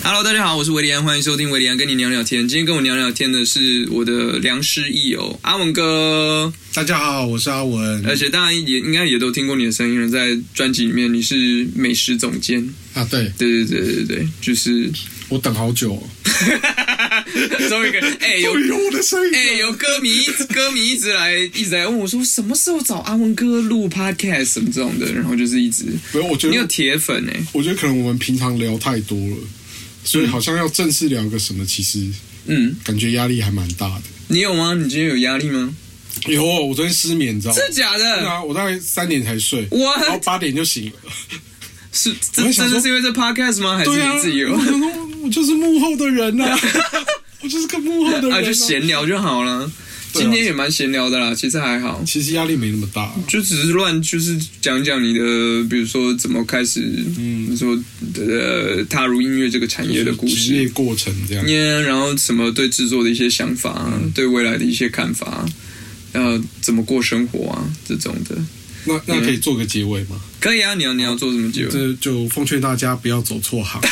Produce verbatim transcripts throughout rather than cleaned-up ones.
Hello， 大家好，我是维里安，欢迎收听维里安跟你聊聊天。今天跟我聊聊天的是我的良师益友阿文哥。 大家好，我是阿文。 而且大家也应该也都听过你的声音了，在专辑里面你是美食总监啊，对， 对对对对对，就是我等好久、哦。 终于哎、欸、有有我的声音， 哎、欸、有歌迷歌迷一直来一直来问我说什么时候找阿文哥录 podcast 什么这种的，然后就是一直没有，我觉得你有铁粉哎、欸， 我觉得可能我们平常聊太多了，所以好像要正式聊个什么，其实嗯，感觉压力还蛮大的。 你有吗？你今天有压力吗？ 有，我昨天失眠，你知道吗？ 真的假的？ 对啊，我大概三点才睡， 哇， 然后八点就醒了。 是这真的是因为这 podcast 吗？还是你自己有？ 对啊、我, 我就是幕后的人呐、啊，我就是个幕后的人、啊。 啊，就闲聊就好了。今天也蛮闲聊的啦，其实还好。 其实压力没那么大、啊， 就只是乱，就是讲讲你的，比如说怎么开始，嗯，你说呃踏入音乐这个产业的故事、 职业过程这样。 Yeah， 然后什么对制作的一些想法，嗯、对未来的一些看法，呃，怎么过生活啊这种的。 那那可以做个结尾吗？ 可以啊，你要你要做什么结尾？ 这就奉劝大家不要走错行。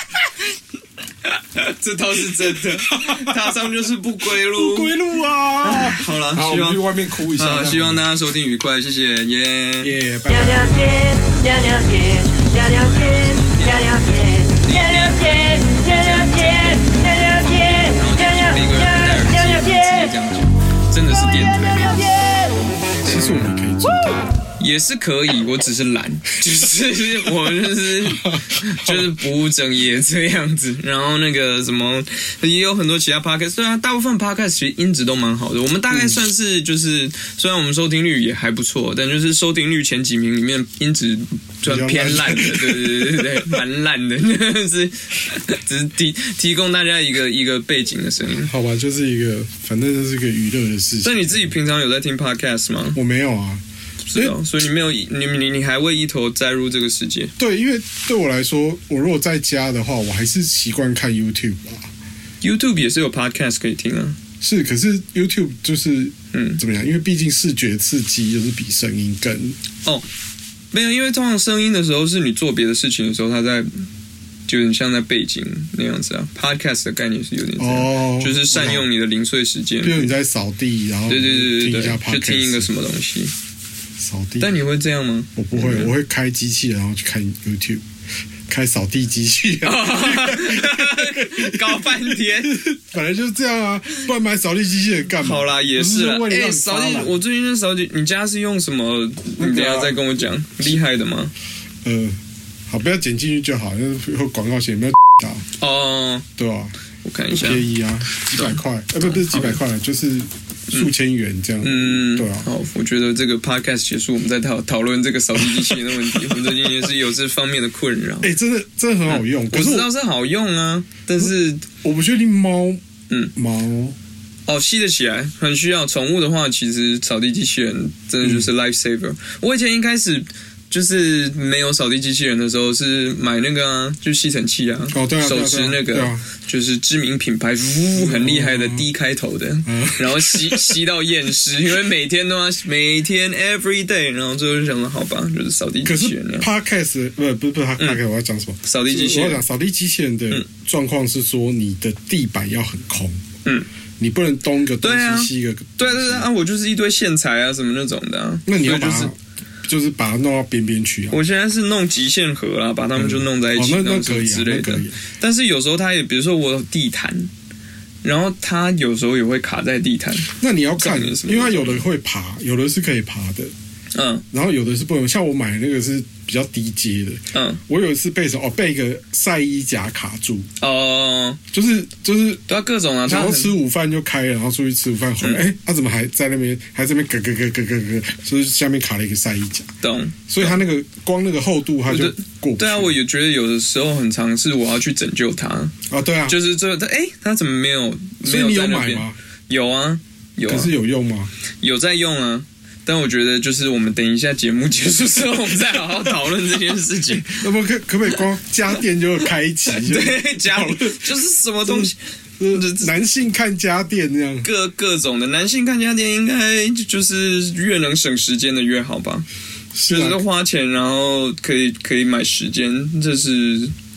这倒是真的，踏上就是不归路， 不归路啊！ 好了， 好， 希望我们去外面哭一下。 啊，希望大家收听愉快，谢谢，耶耶，拜拜。 聊聊天，聊聊天，聊聊天，聊聊天，聊聊天，聊聊天，聊聊天，聊聊天，聊聊天， 这样讲，真的是电腿。 其实我们可以做到。 也是可以，我只是懒，就是我就是就是不务正业这样子。然后那个什么，也有很多其他 podcast， 对啊，大部分 podcast 其实音质都蛮好的。我们大概算是就是，虽然我们收听率也还不错，但就是收听率前几名里面音质算偏烂的，对对对对对，蛮烂的，就是只是提提供大家一个一个背景的声音。 好吧，就是一个，反正就是一个娱乐的事情。 那你自己平常有在听 podcast 吗？ 我没有啊。 是哦，所以你没有你你你还未一头栽入这个世界。 对，因为对我来说，我如果在家的话，我还是习惯看 YouTube 吧。 YouTube 也是有 podcast 可以听啊。 是，可是 YouTube 就是嗯怎么样？因为毕竟视觉刺激就是比声音更哦，没有，因为通常声音的时候是你做别的事情的时候，它在就有点像在背景那样子啊。Podcast 的概念是有点这样，哦、就是善用你的零碎时间。 比如你在扫地，然后对对对对对， 听一下 Podcast， 就听一个什么东西。 扫地， 但你会这样吗？ 我不会，我会开机器人，然后去看 YouTube， 开扫地机器人， 搞半天， 本来就是这样啊，不然买扫地机器人干嘛？ 好啦，也是啦。哎、欸，扫地，我最近在扫地，你家是用什么？你等一下再跟我讲，厉害的吗？ 呃，好，不要剪进去就好，因为广告写不要打。哦，对吧、啊？ 我看一下， 便宜啊，几百块，呃，不，不是几百块，就是数千元这样。嗯，对啊。 好，我觉得这个 podcast 结束，我们再讨讨论这个扫地机器人的问题。我最近也是有这方面的困扰。 哎、欸，真的，真的很好用。 嗯、我知道是好用啊，但是我不确定猫，嗯，猫。 哦，吸得起来，很需要。宠物的话，其实扫地机器人真的就是 life saver、嗯。我以前一开始。就是没有扫地机器人的时候，是买那个啊，就吸尘器啊， 哦对啊， 手持那个，啊、就是知名品牌，呜，很厉害的 D 开头的，嗯、然后吸吸到厌世，因为每天都要每天 every day， 然后最后就想了，好吧，就是扫地机器人。 可是 podcast 不不不 podcast、嗯、我要讲什么？ 扫地机器人， 我要讲扫地机器人的状况是说，你的地板要很空，嗯，你不能东一个东西西一个， 对对对啊，我就是一堆线材啊什么那种的、啊， 那你要把它。 就是就是把它弄到边边去、啊。 我现在是弄极限盒啦，把它们就弄在一起， 嗯哦、那那可以、啊、之类的。啊、但是有时候它也，比如说我有地毯，然后它有时候也会卡在地毯。 那你要看，因为它有的会爬，有的是可以爬的。嗯，然后有的是不能，像我买的那个是比较低阶的。嗯，我有一次被什么哦，被一个晒衣夹卡住。哦，就是就是对啊，各种啊， 然后吃午饭就开了，然后出去吃午饭回来，哎、嗯，他、欸、怎么还在那边，还在那边咯咯咯咯咯咯，就是下面卡了一个晒衣夹。 懂， 所以它那个光那个厚度，它就过不去。 对啊，我也觉得有的时候很常是我要去拯救它。 啊，对啊， 就是这哎、欸，它怎么没有？ 所以你有买吗？ 有啊，有啊。 可是有用吗？ 有在用啊。但我觉得，就是我们等一下节目结束之后，我们再好好讨论这件事情。 那么可可不可以光家电就开启？ 对，家就是什么东西， 男性看家电这样， 各各种的男性看家电，应该就是越能省时间的越好吧？是、啊，就是花钱，然后可以可以买时间，这是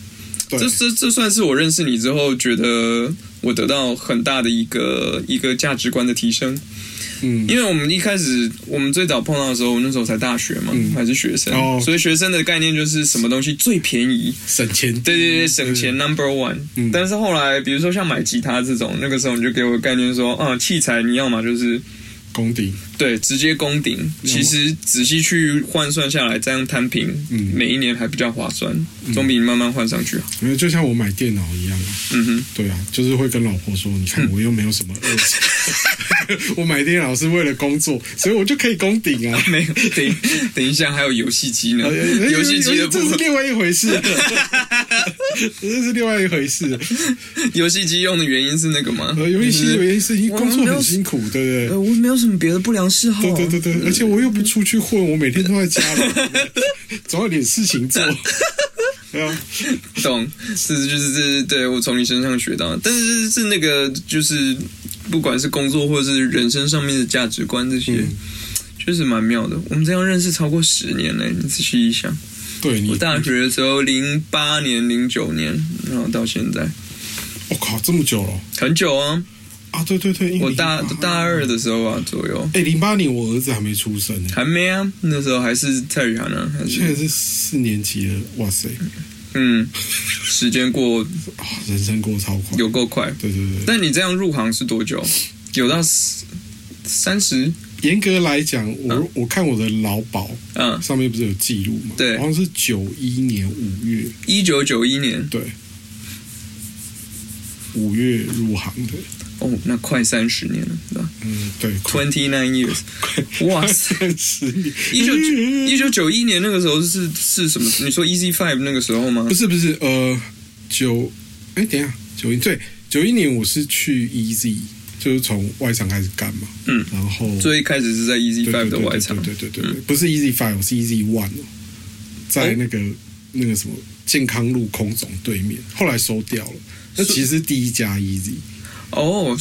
这这这算是我认识你之后，觉得我得到很大的一个一个价值观的提升。嗯，因为我们一开始我们最早碰到的时候，我那时候才大学嘛，嗯、还是学生、哦，所以学生的概念就是什么东西最便宜， 省钱。 对对对，省钱 number one、嗯。但是后来，比如说像买吉他这种，那个时候你就给我个概念说，啊，器材你要嘛就是攻顶， 对，直接攻顶。其实仔细去换算下来，这样摊平，嗯，每一年还比较划算，总比你慢慢换上去好。 因为就像我买电脑一样啊，嗯哼，对啊，就是会跟老婆说，你看我又没有什么二手。我买电脑是为了工作，所以我就可以攻顶啊。 没有，等等一下还有游戏机呢，游戏机的部分这是另外一回事，这是另外一回事。 游戏机用的原因是那个吗？ 呃，游戏机的原因是因为工作很辛苦，对不对？ 呃，我没有什么别的不良嗜好、啊。 对对对对，而且我又不出去混，我每天都在家里，总有点事情做。对啊， 懂，是就是这对我从你身上学到，但是是那个就是不管是工作或者是人生上面的价值观这些，嗯、确实蛮妙的。我们这样认识超过十年了，你仔细一想。 对， 我大学的时候零八年、零九年，然后到现在， 我、哦、靠，这么久了， 很久啊。 啊，对对对， 我大大二的时候啊左右。 哎，零八年我儿子还没出生呢， 还没啊，那时候还是蔡宇涵啊， 现在是四年级了，哇塞， 嗯，时间过， 啊，人生过超快， 有够快， 对对对。 但你这样入行是多久？有到三十？ 严格来讲，我、嗯、我看我的劳保，嗯，上面不是有记录吗？ 对， 好像是九一年五月， 一九九一年， 对，五月入行的。 哦，那快三十年了，对吧？ 嗯，对 ，twenty nine years， 哇塞， 三十年！ 一九一九九一年那个时候是是什么？你说 Easy Five 那个时候吗？ 不是不是，呃，九，哎，等一下，九一对九一年我是去 Easy， 就是从外场开始干嘛，嗯，然后最一开始是在 Easy Five 的外场， 对对对对对，不是 Easy Five， 我是 Easy One， 在那个那个什么健康路空总对面，后来收掉了，那其实是第一家 Easy。 哦、oh, ，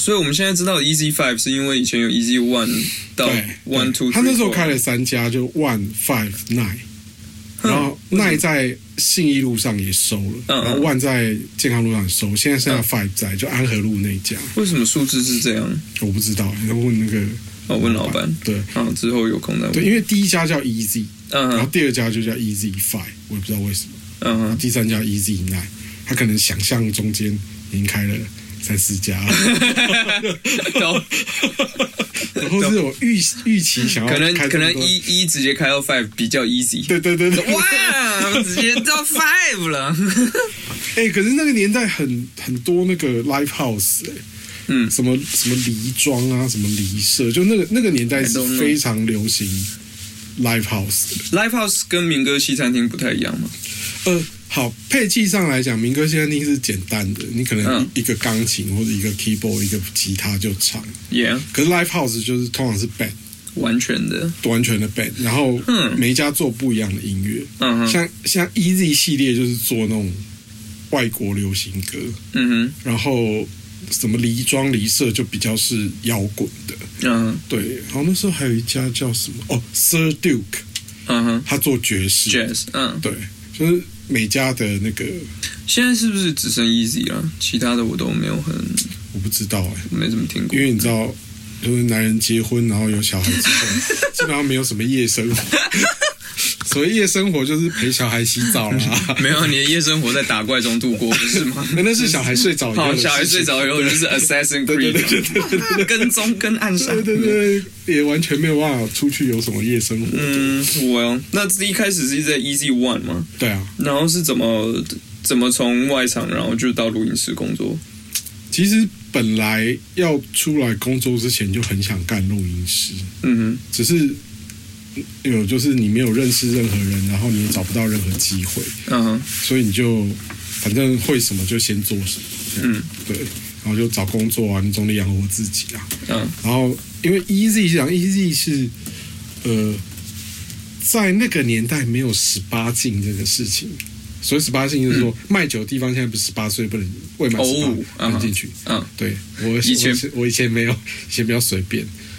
所以我们现在知道 Easy Five 是因为以前有 Easy One 到 One Two， 他那时候开了三家，就 One Five Nine， 然后 Nine 在信义路上也收了，嗯、然后 One 在健康路上也收，现在剩下 Five 在就安和路那家。 为什么数字是这样？ 我不知道，要问那个哦，问老板。 对， 啊，之后有空再问。 对，因为第一家叫 Easy，、嗯、然后第二家就叫 Easy Five， 我也不知道为什么。嗯哼，第三家 Easy Nine， 他可能想象中间已经开了三四家，然后是我预预期想要可能可能一一直接开到 five 比较 easy， 对对对对， 哇，直接到 five 了。 哎、欸，可是那个年代很很多那个 live house 哎、欸，嗯，什么什么梨庄啊，什么梨社，就那个那个年代是非常流行 live house。live house 跟民歌西餐厅不太一样吗？ 呃。好，配器上来讲，民歌西餐厅是简单的，你可能一个钢琴或者一个 keyboard 一个吉他就唱。 Yeah。 可是 live house 就是通常是 band， 完全的， 完全的 band， 然后每一家做不一样的音乐。嗯，像像 Easy 系列就是做那种外国流行歌。嗯哼。然后什么梨庄梨社就比较是摇滚的。嗯，对。然后那时候还有一家叫什么？哦 ，Sir Duke。嗯哼。他做爵士。 Jazz。嗯， 对，就是。每家的那个， 现在是不是只剩 Easy 啊？其他的我都没有很， 我不知道哎、欸， 没怎么听过。 因为你知道，就是男人结婚然后有小孩之后，基本上没有什么夜生活。所谓夜生活就是陪小孩洗澡啦。 没有，你的夜生活在打怪中度过，不是吗？ 那是小孩睡着以后。 好，小孩睡着以后就是 Assassin's Creed， 跟踪跟暗杀。 对对对，也完全没有办法出去有什么夜生活。 嗯，我那一开始是在 Easy One 吗？ 对啊。然后是怎么怎么从外场，然后就到录音室工作？ 其实本来要出来工作之前就很想干录音师，嗯哼，只是。有就是你没有认识任何人，然后你也找不到任何机会，嗯哼，所以你就反正会什么就先做什么，嗯，对，然后就找工作啊，你总得养活自己啊，嗯，然后因为 Easy 讲 Easy 是呃，在那个年代没有十八禁这个事情，所以十八禁就是说、嗯、卖酒的地方现在不是十八岁不能未满十八不能进去，嗯，对我以前我以前没有，以前比较随便。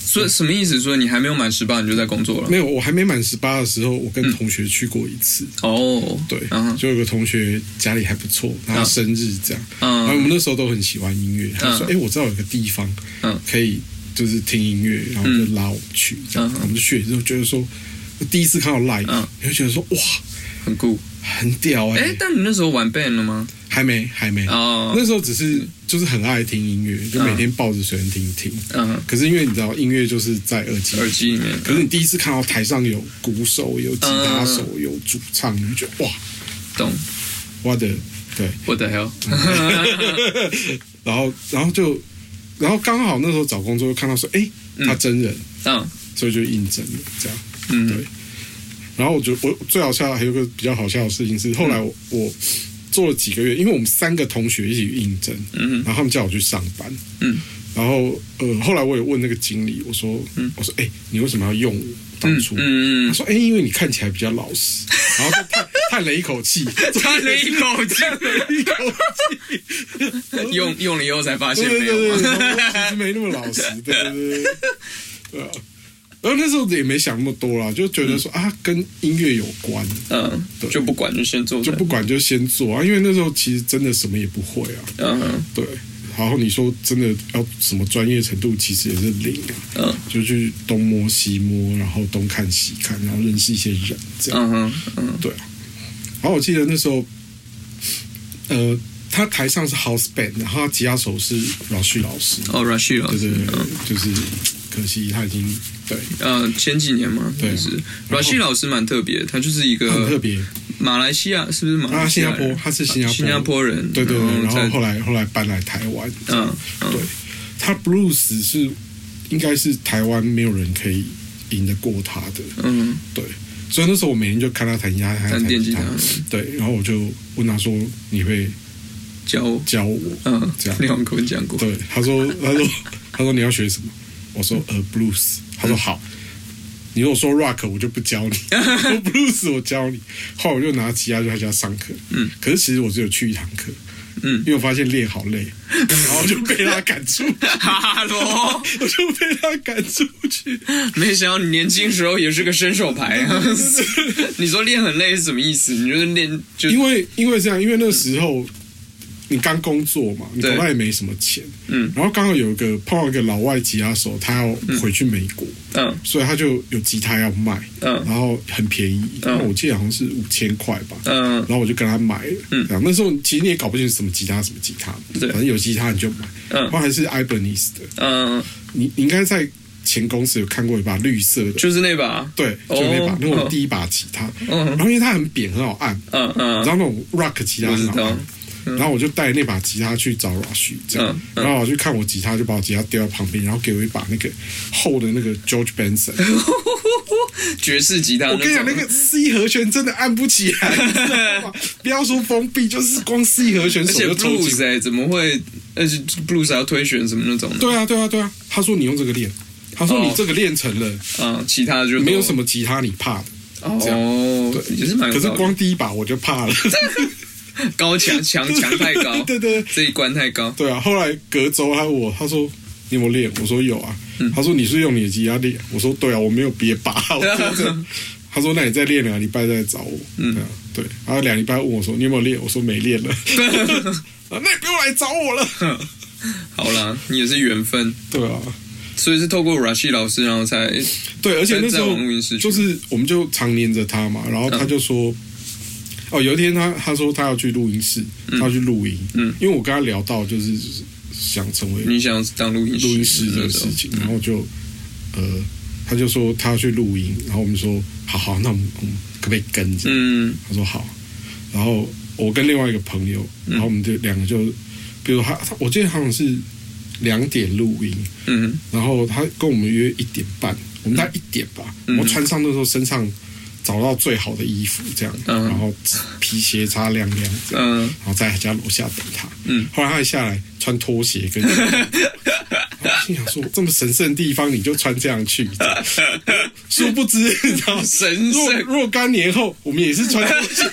所以什么意思？说你还没有满十八，你就在工作了？ 没有，我还没满十八的时候，我跟同学去过一次。哦，对，就有个同学家里还不错，然后生日这样，然后我们那时候都很喜欢音乐，他说：“哎，我知道有个地方，可以就是听音乐，然后就拉我们去，这样，我们就去之后觉得说，第一次看到 live， 你会觉得说哇， 很酷， 很屌哎！ 哎，但你那时候玩 band 了吗？ 还没，还没。哦，那时候只是就是很爱听音乐，就每天抱着随身听听。嗯，可是因为你知道，音乐就是在耳机耳机里面。 可是你第一次看到台上有鼓手、有吉他手、有主唱，你就觉得哇， 懂， 我的对， 我的 hell。 然后，然后就，然后刚好那时候找工作又看到说，哎，他真人，嗯，所以就应征了，这样，嗯，对。然后我觉得我最好笑还有个比较好笑的事情是，后来我。我做了几个月，因为我们三个同学一起应征，嗯，然后他们叫我去上班，嗯，然后呃，后来我也问那个经理，我说，嗯，我说，哎、欸，你为什么要用我？当初，嗯嗯，他说，哎、欸，因为你看起来比较老实，然后就叹叹了一口气， 叹了一口气， 叹了一口气，用用了以后才发现， 对对对对，其实没那么老实，对对对，对啊。然后那时候也没想那么多啦，就觉得说、嗯、啊，跟音乐有关，嗯，对， 就不管就先做， 就不管就先做啊，因为那时候其实真的什么也不会啊，嗯，对。然后你说真的要什么专业程度，其实也是零啊，嗯，就去东摸西摸，然后东看西看，然后认识一些人，这样，嗯嗯，对啊。然后我记得那时候，呃，他台上是 house band， 然后他吉他手是Rashid老师， 哦 Rashid老师， 对对对，嗯、就是可惜他已经。对， 呃，前几年嘛，对，是Rashid老师蛮特别，他就是一个很特别， 马来西亚是不是马来西亚？ 啊，新加坡，他是新加坡新加坡人， 对对对，然后后来后来搬来台湾，嗯，对，他 blues 是应该是台湾没有人可以赢得过他的，嗯，对，所以那时候我每天就看他弹吉他， 弹电吉他， 对，然后我就问他说：“你会教教我？”嗯，这样， 你有跟我讲过， 对，他说他说他说你要学什么？我说呃 blues。他说好，你如果说 rock 我就不教你，说 blues 我教你。后来我就拿吉他就在家上课，嗯，可是其实我只有去一堂课，嗯，因为我发现练好累，然后就被他赶出去。 哈喽， 我就被他赶出去。 没想到你年轻时候也是个伸手牌啊！你说练很累是什么意思？你就是练就因为因为这样，因为那时候。你刚工作嘛，你口袋也没什么钱，嗯，然后刚好有一个碰到一个老外吉他手，他要回去美国，嗯，所以他就有吉他要卖，嗯，然后很便宜，嗯，我记得好像是五千块吧，嗯，然后我就跟他买了，嗯，那时候其实你也搞不清楚什么吉他什么吉他，对，反正有吉他你就买，嗯，然后还是 Ibanez 的，嗯，你你应该在前公司有看过一把绿色的， 就是那把， 对，就那把，那种第一把吉他，嗯，然后因为它很扁很好按，嗯嗯，你知道那种 rock 吉他很好按。然后我就带那把吉他去找 Rashid， 这样，嗯嗯、然后我去看我吉他，就把我吉他丢在旁边，然后给我一把那个厚的那个 George Benson 爵士吉他。 我跟你讲，那个 C 和弦真的按不起来，不要说封闭，就是光 C 和弦手就抽筋。 而且 blues 哎，怎么会？而且 blues 还要推弦什么那种的？ 对啊，对啊，对啊。他说你用这个练，他说你这个练成了， 嗯、哦，其他就没有什么吉他你怕的。 哦， 对， 也是蛮。 可是光第一把我就怕了。 高墙墙墙太高， 对对对， 这一关太高。 对啊，后来隔周他问我，他说你有没有练？我说有啊。嗯、他说你是用你的吉他练？我说对啊，我没有别把。他说那你再练两个礼拜再找我。嗯，对。然后两礼拜问我说你有没有练？我说没练了。那你不用来找我了。 好啦，你也是缘分。 对啊， 所以是透过 Rashid 老师，然后才对，而且那时候就是我们就常黏着他嘛，然后他就说。嗯哦，有一天他他说他要去录音室，嗯、他要去录音，嗯，因为我跟他聊到就是想成为你想当录音录音师的事情，然后就呃他就说他要去录音，然后我们说好好，那我们我们可不可以跟着？嗯，他说好，然后我跟另外一个朋友，然后我们就两个就，比如他我记得好像是两点录音，嗯，然后他跟我们约一点半，我们大概一点吧，嗯、我穿上那时候身上。找到最好的衣服，这样，嗯、然后皮鞋擦亮亮，这样，嗯、然后在家楼下等他。嗯，后来他一下来穿拖鞋跟，我心想说这么神圣的地方你就穿这样去，殊不知你知道神圣若若干年后我们也是穿拖鞋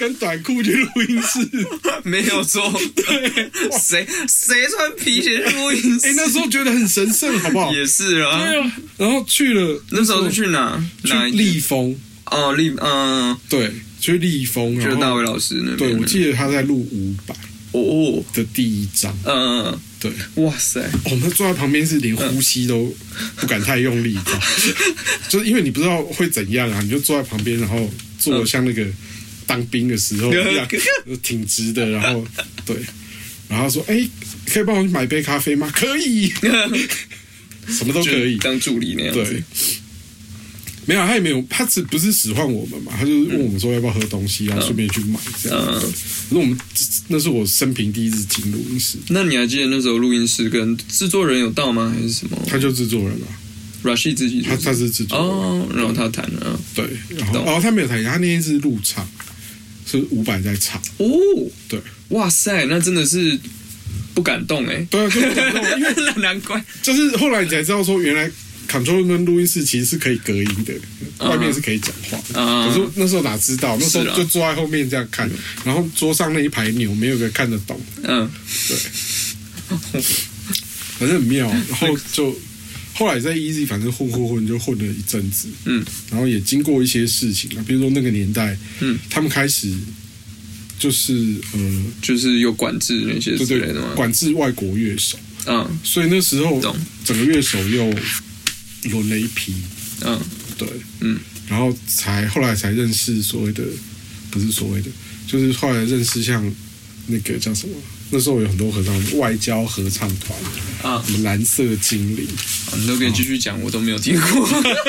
跟短裤去录音室， 没有错。对，谁谁穿皮鞋去录音室？ 哎、欸，那时候觉得很神圣，好不好？ 也是啊。 对啊。然后去了， 那时候是去哪？ 去立丰。 哦，立嗯， 对，去立丰， 就是大卫老师那边。 对，我记得他在录五百哦的第一章。嗯嗯。对， 哇塞！ 哦，那坐在旁边是连呼吸都不敢太用力，嗯、就是因为你不知道会怎样啊，你就坐在旁边，然后做像那个当兵的时候一样，挺直的，然后对，然后说：“哎、欸，可以帮我买杯咖啡吗？”可以，什么都可以， 当助理那样子。 对，没有，他也没有，他只不是使唤我们嘛，他就是问我们说要不要喝东西，然后顺便去买这样。嗯、可是我们那是我生平第一次进录音室。 那你还记得那时候录音室跟制作人有到吗？还是什么？ 他就制作人啊 ，Rashid 自己， 他他是制作人哦，然后他弹了， 对，然后哦他没有弹，他那天是录唱，是伍佰在唱哦，对， 哇塞，那真的是不敢动哎、欸， 对啊，就不敢动，因为难怪， 就是后来你才知道说原来。control 跟录音室其实是可以隔音的， uh-huh. 外面是可以讲话的。Uh-huh. 可是那时候哪知道？那时候就坐在后面这样看，然后桌上那一排牛没有人看得懂。嗯，对，反正很妙。然后就后来在 Easy 反正混混混就混了一阵子。嗯，然后也经过一些事情啊，比如说那个年代，嗯，他们开始就是呃， 就是有管制那些之类的吗？ 管制外国乐手。嗯，所以那时候整个乐手又轮了一批，嗯，对，嗯，然后才后来才认识所谓的，不是所谓的，就是后来认识像那个叫什么，那时候有很多合唱外交合唱团啊，什么蓝色精灵， 啊、你都可以继续讲，我都没有听过。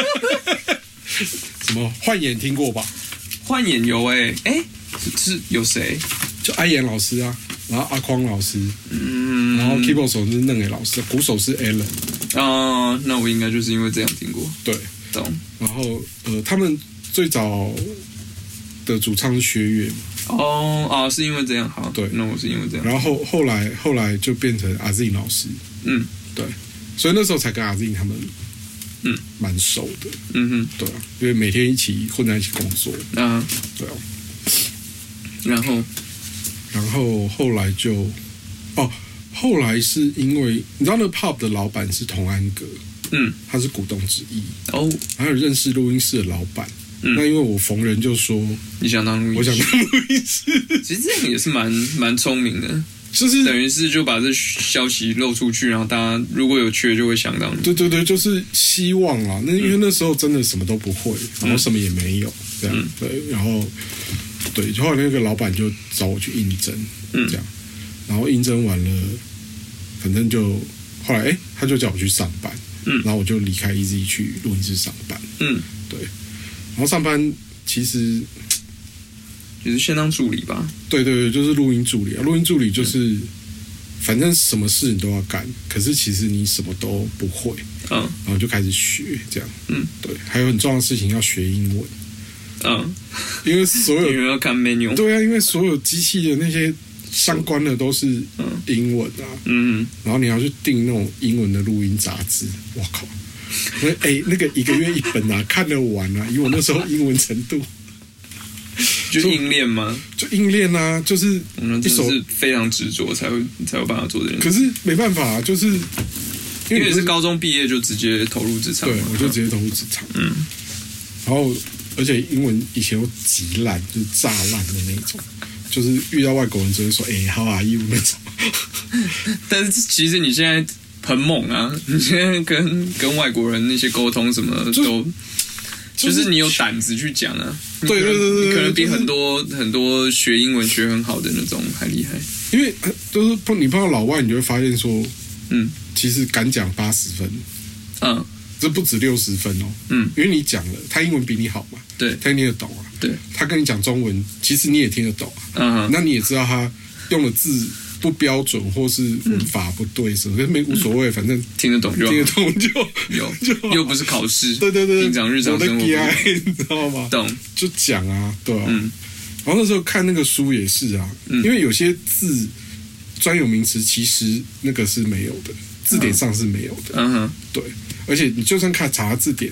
什么幻眼听过吧？ 幻眼有哎、欸、哎、欸，是有谁？ 就阿言老师啊。然后阿匡老师，嗯，然后 keyboard 手是嫩诶老师，鼓手是 Alan。 哦，那我应该就是因为这样听过。 对， 懂。 然后呃，他们最早的主唱是薛岳。 哦哦，是因为这样，好， 对， 那我是因为这样。 然后后来后来就变成阿 Z 老师，嗯，对，所以那时候才跟阿 Z 他们，嗯，蛮熟的，嗯哼，对啊，因为每天一起混在一起工作，啊，对啊， 然后。 然后后来就，哦，后来是因为你知道那个 pub 的老板是童安格，嗯，他是股东之一哦，还有认识录音室的老板，嗯，那因为我逢人就说你想当录音室， 我想当录音室， 其实这样也是蛮蛮聪明的， 就是等于是就把这消息漏出去，然后大家如果有缺就会想到你， 对对对，就是希望啊，那因为那时候真的什么都不会，然后什么也没有，这样、嗯、对，然后。对，后来那个老板就找我去应征，嗯，这样，然后应征完了，反正就后来哎，他就叫我去上班，嗯，然后我就离开 Easy 去录音室上班，嗯，对，然后上班其实也是先当助理吧， 对对对，就是录音助理啊，录音助理就是、嗯、反正什么事你都要干，可是其实你什么都不会，嗯，然后就开始学这样，嗯，对，还有很重要的事情要学英文。嗯，因为所有因为要看 menu， 对啊，因为所有机器的那些相关的都是英文啊，嗯，然后你要去订那种英文的录音杂志，我靠，那哎、欸、那个一个月一本啊，看得完啊，以我那时候英文程度， 就硬练吗？ 就硬练啊，就是一首是非常执着才会才有办法做这件事。 可是没办法啊，就是因为你是高中毕业就直接投入职场， 对，我就直接投入职场，嗯，然后。而且英文以前都极烂，就是炸烂的那种，就是遇到外国人只会说“哎、欸、，how are you” 那种。 但是其实你现在很猛啊！你现在跟跟外国人那些沟通什么都，就、就是你有胆子去讲啊。 对对对对， 你可能比很多、就是、很多学英文学很好的那种还厉害。 因为就是你碰到老外，你就会发现说，嗯，其实敢讲八十分，嗯。这不止六十分哦，嗯，因为你讲了，他英文比你好嘛， 对， 他听得懂啊， 对， 他跟你讲中文，其实你也听得懂啊，嗯，那你也知道他用的字不标准或是文法不对什么，可是没无所谓，反正听得懂就好， 听得懂就有，就又不是考试， 对对对， 平常日常生活， 你知道吗？ 懂， 就讲啊，对啊，嗯，然后那时候看那个书也是啊，嗯，因为有些字专有名词其实那个是没有的，字典上是没有的，嗯哼，对。而且你就算看查字典，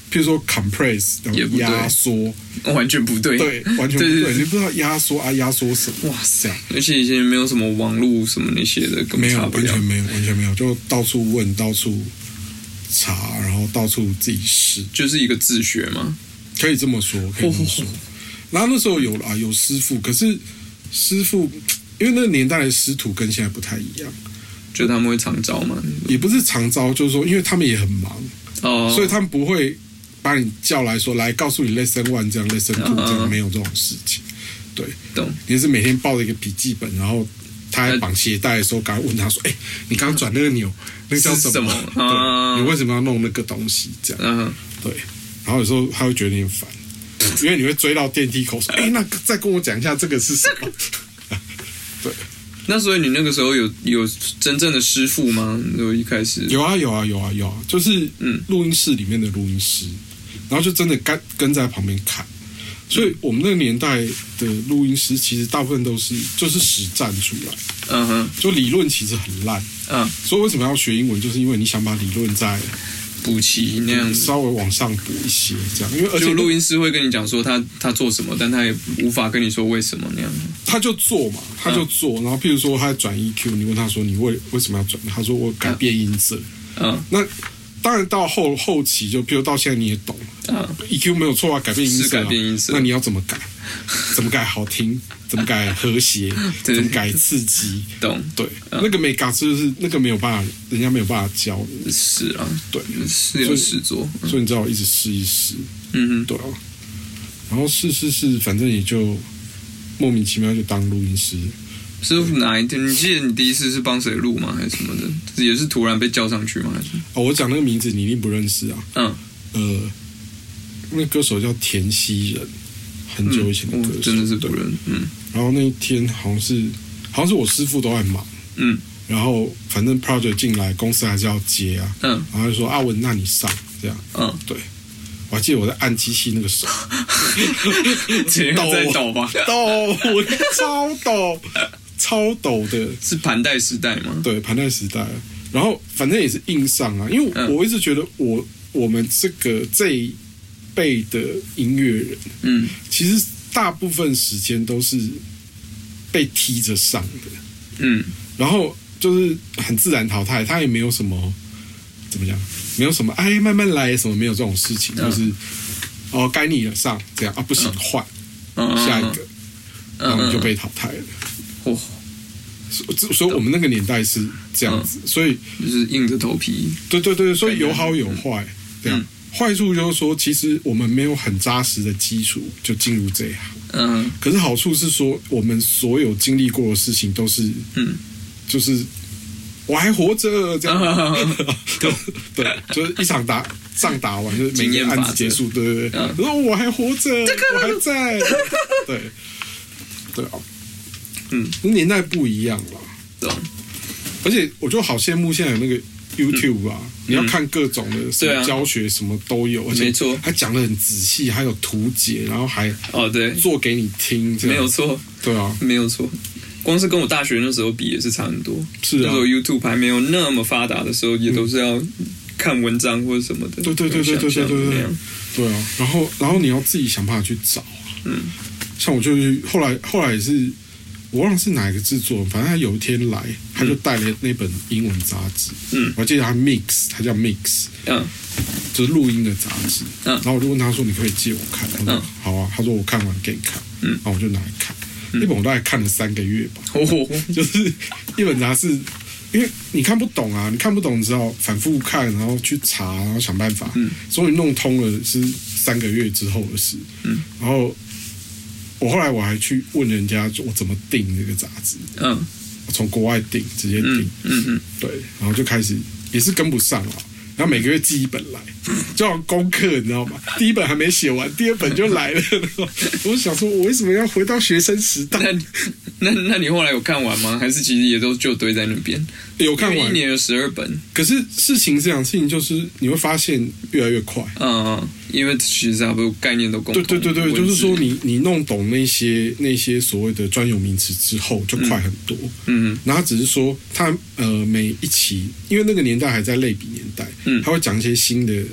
譬如说 compress 压缩， 完全不对， 对，完全不 对, 对, 对，你不知道压缩啊压缩什么， 哇塞！而且以前没有什么网络什么那些的，根本没有， 查不了， 完全没有，完全没有，就到处问，到处查，然后到处自己试， 就是一个自学嘛， 可以这么说，可以这么说。然后那时候有啊有师傅，可是师傅因为那个年代的师徒跟现在不太一样， 就他们会常招嘛， 也不是常招，就是说因为他们也很忙哦，所以他们不会把你叫来说来告诉你 lesson one 这样 lesson two 这样，没有这种事情。对， 懂。 你是每天抱着一个笔记本，然后他在绑鞋带的时候，赶快问他说：“哎、欸，你刚刚转那个钮，那个叫什么？什么啊、对，你为什么要弄那个东西？”这样，嗯、对。然后有时候他会觉得你很烦，因为你会追到电梯口说：“哎、欸，那再跟我讲一下这个是什么？”对。 那所以你那个时候有有真正的师傅吗？就一开始有啊有啊有啊有啊，就是嗯，录音室里面的录音师，然后就真的跟跟在旁边看。所以我们那个年代的录音师，其实大部分都是就是实战出来，嗯哼，就理论其实很烂，嗯，所以为什么要学英文，就是因为你想把理论再补齐那样子， 稍微往上补一些这样，因为而且就录音师会跟你讲说他他做什么，但他也无法跟你说为什么那样， 他就做嘛，他就做，然后譬如说他转 E Q， 你问他说你为为什么要转，他说我改变音色，嗯，那。当然到后后期就，譬如到现在你也懂了、啊、，E Q 没有错啊，改变音色、啊， 改变音色， 那你要怎么改？怎么改好听？怎么改和谐？怎么改刺激？ 懂？ 对，啊、那个美感就是那个没有办法，人家没有办法教你。 是啊， 对， 是有试做， 所以, 所以你知道我一直试一试，嗯哼，对啊，然后试试试，反正也就莫名其妙就当录音师。 是哪一天？你记得你第一次是帮谁录吗？还是什么的？也是突然被叫上去吗？还是？ 哦，我讲那个名字你一定不认识啊。嗯。呃，那歌手叫田曦仁，很久以前的歌手， 嗯、真的是不认。嗯。 然后那一天好像是，好像是我师傅都在忙。嗯。然后反正 project 进来，公司还是要接啊。嗯。然后就说阿文，那你上这样。嗯。对。我还记得我在按机器那个手， 抖在抖吧， 抖，我超抖。超抖的， 是盘带时代吗？ 对，盘带时代。然后反正也是硬上啊，因为我一直觉得我我们这个这一辈的音乐人，嗯，其实大部分时间都是被踢着上的，嗯，然后就是很自然淘汰，他也没有什么怎么讲，没有什么哎慢慢来什么，没有这种事情，嗯、就是哦该你了上这样啊，不行换、嗯、下一个，然后你就被淘汰了。哦，所以我们那个年代是这样子，嗯、所以就是硬着头皮。 对对对，所以有好有坏，这样。坏处就是说，其实我们没有很扎实的基础就进入这一行。嗯。可是好处是说，我们所有经历过的事情都是，嗯，就是我还活着这样。对对，就是一场打仗打完，就是每个案子结束，对对对。然后我还活着，我还在，对对啊。嗯，年代不一样了，懂。而且我就好羡慕现在有那个 YouTube 啊，嗯、你要看各种的什么教学，什么都有，嗯、而且没错， 还讲得很仔细，还有图解，然后还哦对， 做给你听， 没有错， 对啊， 没有错。光是跟我大学那时候比也是差很多， 是啊， 那时候 YouTube 还没有那么发达的时候，也都是要看文章或者什么的， 对对对对对对对对，对啊，然后然后你要自己想办法去找，嗯，像我就是后来后来也是。我忘了是哪一个制作，反正他有一天来，他就带了那本英文杂志。嗯，我还记得他 Mix， 他叫 Mix， 嗯，就是录音的杂志。嗯，然后我就问他说：“你可以借我看？”他说：“嗯、好啊。”他说：“我看完给你看。”嗯，然后我就拿来看，嗯、那本我大概看了三个月吧。哦，就是一本杂志，因为你看不懂啊，你看不懂之后反复看，然后去查，然后想办法，嗯，终于弄通了，是三个月之后的事。嗯，然后。我后来我还去问人家，我怎么订这个杂志？嗯，我从国外订，直接订。嗯嗯，对，然后就开始也是跟不上了，然后每个月寄一本来，就好像功课，你知道吗？第一本还没写完，第二本就来了。我想说，我为什么要回到学生时代？ 那那那你后来有看完吗？还是其实也都就堆在那边？ 有看完， 一年有十二本。 可是事情是这样，事情就是你会发现越来越快。嗯嗯， 因为其实差不多概念都共同。 对对对对，就是说你你弄懂那些那些所谓的专有名词之后，就快很多。嗯嗯。然后只是说他呃每一期，因为那个年代还在类比年代，嗯，他会讲一些新的，譬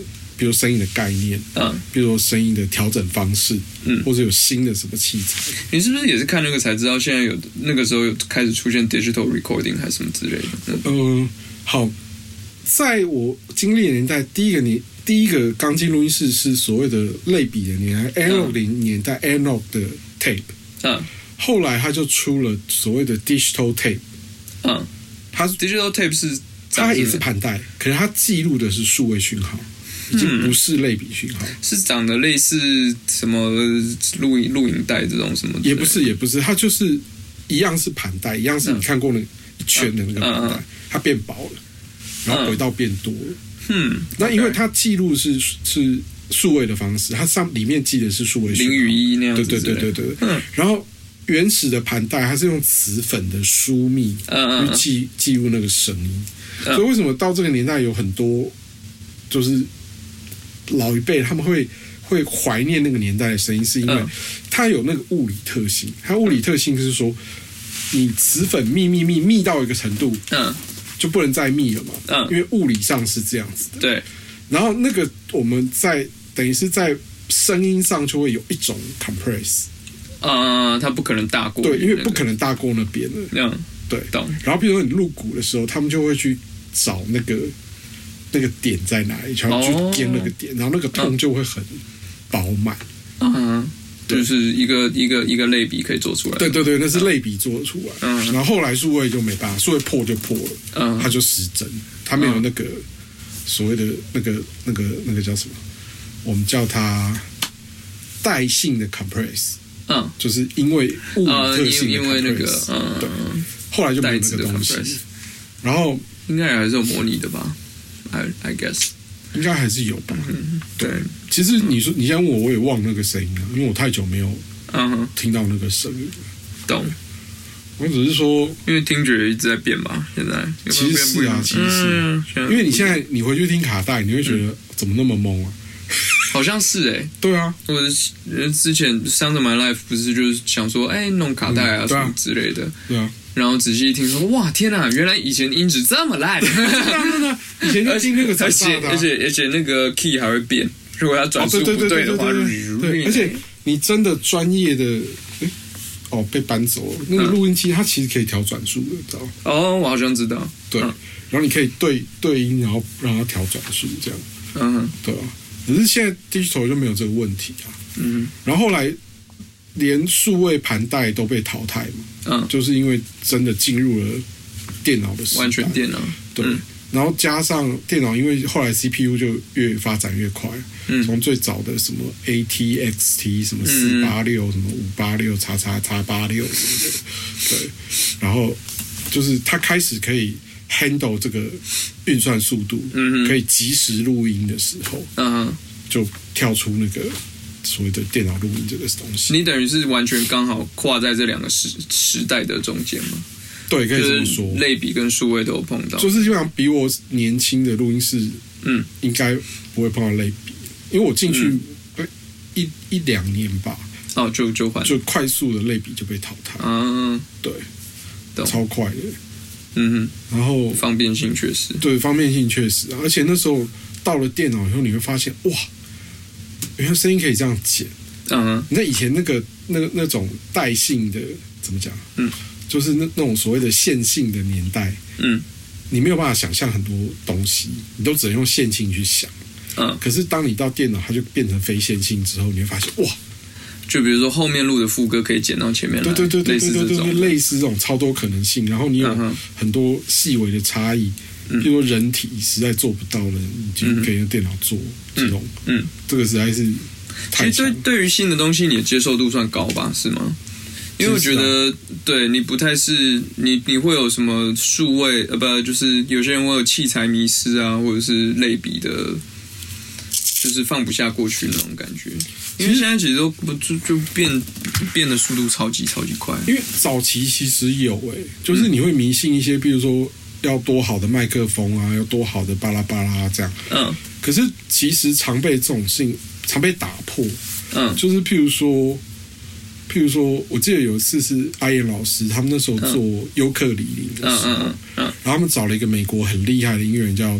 比如声音的概念，嗯，比如说声音的调整方式，嗯，或者有新的什么器材。 你是不是也是看那个才知道，现在有那个时候有开始出现 digital recording 还是什么之类的？嗯， 呃、好，在我经历的年代，第一个年第一个钢琴录音室是所谓的类比的年代 ，analog 年代 analog 的 tape， 嗯，后来他就出了所谓的 digital tape， 嗯，它 digital tape 是。 它也是盘带，可是它记录的是数位讯号，已经不是类比讯号， 嗯、是长得类似什么录影录影带这种什么？ 也不是，也不是，它就是一样是盘带，一样是你看过那一圈的那个盘带，嗯嗯、它变薄了，然后轨道变多了。嗯，那因为它记录是是数位的方式，它上里面记的是数位讯号， 零与一那样子。 对对对对对。嗯，然后。原始的盘带它是用磁粉的疏密去记记录那个声音，所以为什么到这个年代有很多就是老一辈他们会会怀念那个年代的声音，是因为它有那个物理特性。它物理特性是说，你磁粉密密密密到一个程度，嗯，就不能再密了嘛，嗯，因为物理上是这样子的。 对， 然后那个我们在等于是在声音上就会有一种 compress。 啊、呃，它不可能大过、 那個，对，因为不可能大过那边了。嗯，对，懂。然后比如说你录鼓的时候，他们就会去找那个那个点在哪里，然后去编那个点，哦、然后那个痛就会很饱满。 嗯，就是一个一个一个类比可以做出来。 对对对，那是类比做得出来。嗯，然后后来数位就没办法，数位破就破了。嗯，它就失真，它没有那个所谓的那个那个那个叫什么？我们叫它带性的 compress。嗯，就是因为物理特性的 compress，、呃、因为那个，嗯，对，后来就没有那个东西。然后应该还是有模拟的吧 ？I I guess 应该还是有吧。嗯，对。其实你说你现在问我，我也忘那个声音了，因为我太久没有嗯听到那个声音。 懂。 我只是说， 因为听觉一直在变嘛，现在其实是啊，其实是，嗯、因为你现在你回去听卡带，你会觉得、嗯、怎么那么懵啊？ 好像是哎、欸， 对啊， 我之前《Sound of My Life》不是就是想说，哎、欸，弄卡带啊、嗯、什么之类的， 对啊， 然后仔细一听说，哇，天哪，原来以前音质这么烂， 以前就听那个才炸的、啊， 而且而且那个 key 还会变，如果它转速不对的话， 哦、对, 对, 对, 对, 对，而且你真的专业的，哎，哦，被搬走了，那个录音机它其实可以调转速的，知道吗？ 哦，我好像知道， 对，嗯、然后你可以对对音，然后让它调转速，这样，嗯，对啊。只是现在 digital 就没有这个问题啊，嗯，然后后来连数位盘带都被淘汰嘛，嗯，就是因为真的进入了电脑的时代， 完全电脑， 对，嗯、然后加上电脑，因为后来 C P U 就越发展越快，嗯，从最早的什么 A T X T 什么四八六什么五八六叉叉叉八六什么的，对，然后就是它开始可以handle 这个运算速度，嗯，可以即时录音的时候，嗯，就跳出那个所谓的电脑录音这个东西。 你等于是完全刚好跨在这两个时时代的中间吗？ 对，可以这么说。 就是类比跟数位都有碰到， 就是基本上比我年轻的录音室，嗯，应该不会碰到类比，因为我进去一一两年吧， 哦，就就换， 就快速的类比就被淘汰，嗯，对，超快的。嗯哼，然后方便性确实， 对，方便性确实，而且那时候到了电脑以后，你会发现哇，原来声音可以这样剪。嗯，你在以前那个那个那种带性的怎么讲？嗯，就是那那种所谓的线性的年代，嗯，你没有办法想象很多东西，你都只能用线性去想。嗯，可是当你到电脑，它就变成非线性之后，你会发现哇。 就比如说后面录的副歌可以剪到前面来， 对对对对对对对，类似这种超多可能性，然后你有很多细微的差异，嗯、譬如说人体实在做不到了，你就可以用电脑做这种，嗯，嗯这个实在是太强。 其实对对于新的东西，你的接受度算高吧？是吗？因为我觉得，啊、对你不太是你你会有什么数位呃不就是有些人会有器材迷失啊，或者是类比的，就是放不下过去那种感觉。因为现在其实都不就就变变的速度超级超级快。 因为早期其实有诶、欸，就是你会迷信一些，比如说要多好的麦克风啊，要多好的巴拉巴拉这样。嗯。可是其实常被这种事情常被打破。嗯。就是譬如说，譬如说，我记得有一次是阿燕老师他们那时候做尤克里里的时候，嗯嗯嗯嗯，然后他们找了一个美国很厉害的音乐人叫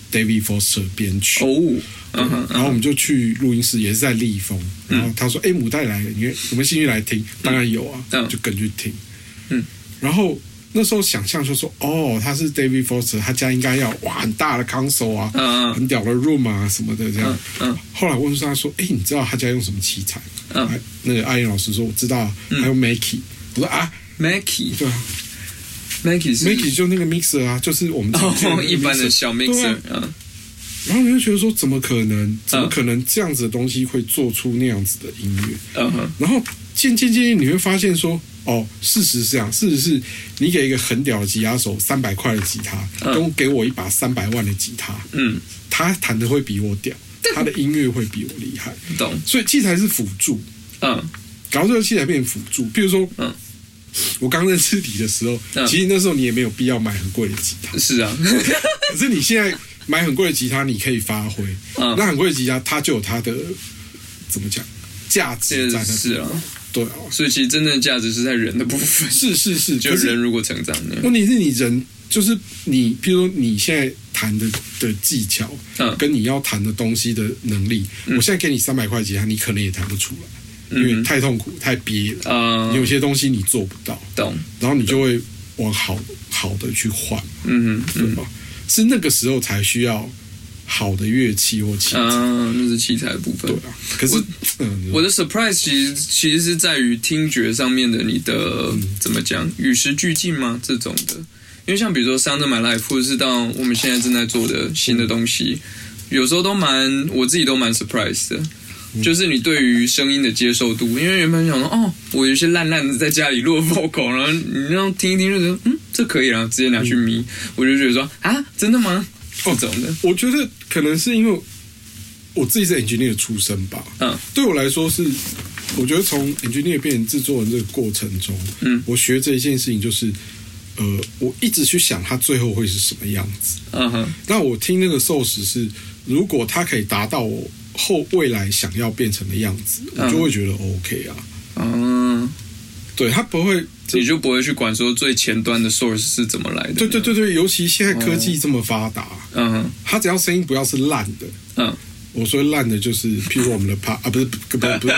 David Foster 编曲哦， 嗯、然后我们就去录音室，也是在立丰。然后他说：“哎、嗯，母带来了，你有没有兴趣来听？”当然有啊，嗯、就跟去听。嗯，然后那时候想象就说：“哦，他是 David Foster， 他家应该要哇很大的 console 啊，嗯、很屌的 room 啊什么的这样。嗯”嗯，后来问他说：“哎，你知道他家用什么器材？”嗯，那个阿燕老师说：“我知道，还有 Mackie。”我说：“啊 ，Mackie， 对啊。” Mackie 是 Mackie 就那个 mixer 啊，就是我们哦一般的小 mixer 啊。 然后你就觉得说，怎么可能？怎么可能这样子的东西会做出那样子的音乐？嗯哼。然后渐渐渐渐你会发现说，哦，事实是这样，事实是你给一个很屌的吉他手三百块的吉他，跟给我一把三百万的吉他，嗯，他弹的会比我屌，他的音乐会比我厉害， 懂？ 所以器材是辅助，嗯，搞这个器材变成辅助，比如说，嗯。我刚认识你的时候，嗯、其实那时候你也没有必要买很贵的吉他。 是啊， 可是你现在买很贵的吉他，你可以发挥。嗯、那很贵的吉他，它就有它的怎么讲价值在那。 是啊， 对啊。 所以其实真正的价值是在人的部分。 是是是， 就人如果成长呢？ 问题是你人就是你，譬如说你现在弹的的技巧，嗯、跟你要弹的东西的能力，嗯、我现在给你三百块吉他，你可能也弹不出来。因为太痛苦、太憋了，嗯、有些东西你做不到， 懂？ 然后你就会往好好的去换，嗯对吧？是那个时候才需要好的乐器或器材， 嗯，那是器材的部分。 对啊，可是我， 嗯、 我的 surprise 其实其实是在于听觉上面的，你的、嗯、怎么讲，与时俱进吗？这种的，因为像比如说 Sound of My Life， 或者是到我们现在正在做的新的东西，有时候都蛮我自己都蛮 surprise 的。就是你对于声音的接受度，因为原本想说，哦，我有些烂烂的在家里录 vocal， 然后你那样听一听就觉得，嗯，这可以，然后直接拿去咪，嗯、我就觉得说，啊，真的吗？这种的， 我觉得可能是因为我自己是 engineer 出身吧，嗯，对我来说是，我觉得从 engineer 变成制作人这个过程中，嗯，我学这一件事情就是，呃，我一直去想它最后会是什么样子，嗯哼，那我听那个寿司是，如果它可以达到我后未来想要变成的样子，我就会觉得 OK 啊。嗯，对，他不会， 你就不会去管说最前端的 source 是怎么来的。 对对对对，尤其现在科技这么发达，嗯，他只要声音不要是烂的，嗯。我说烂的就是，譬如我们的 pa 啊，不是不不不是，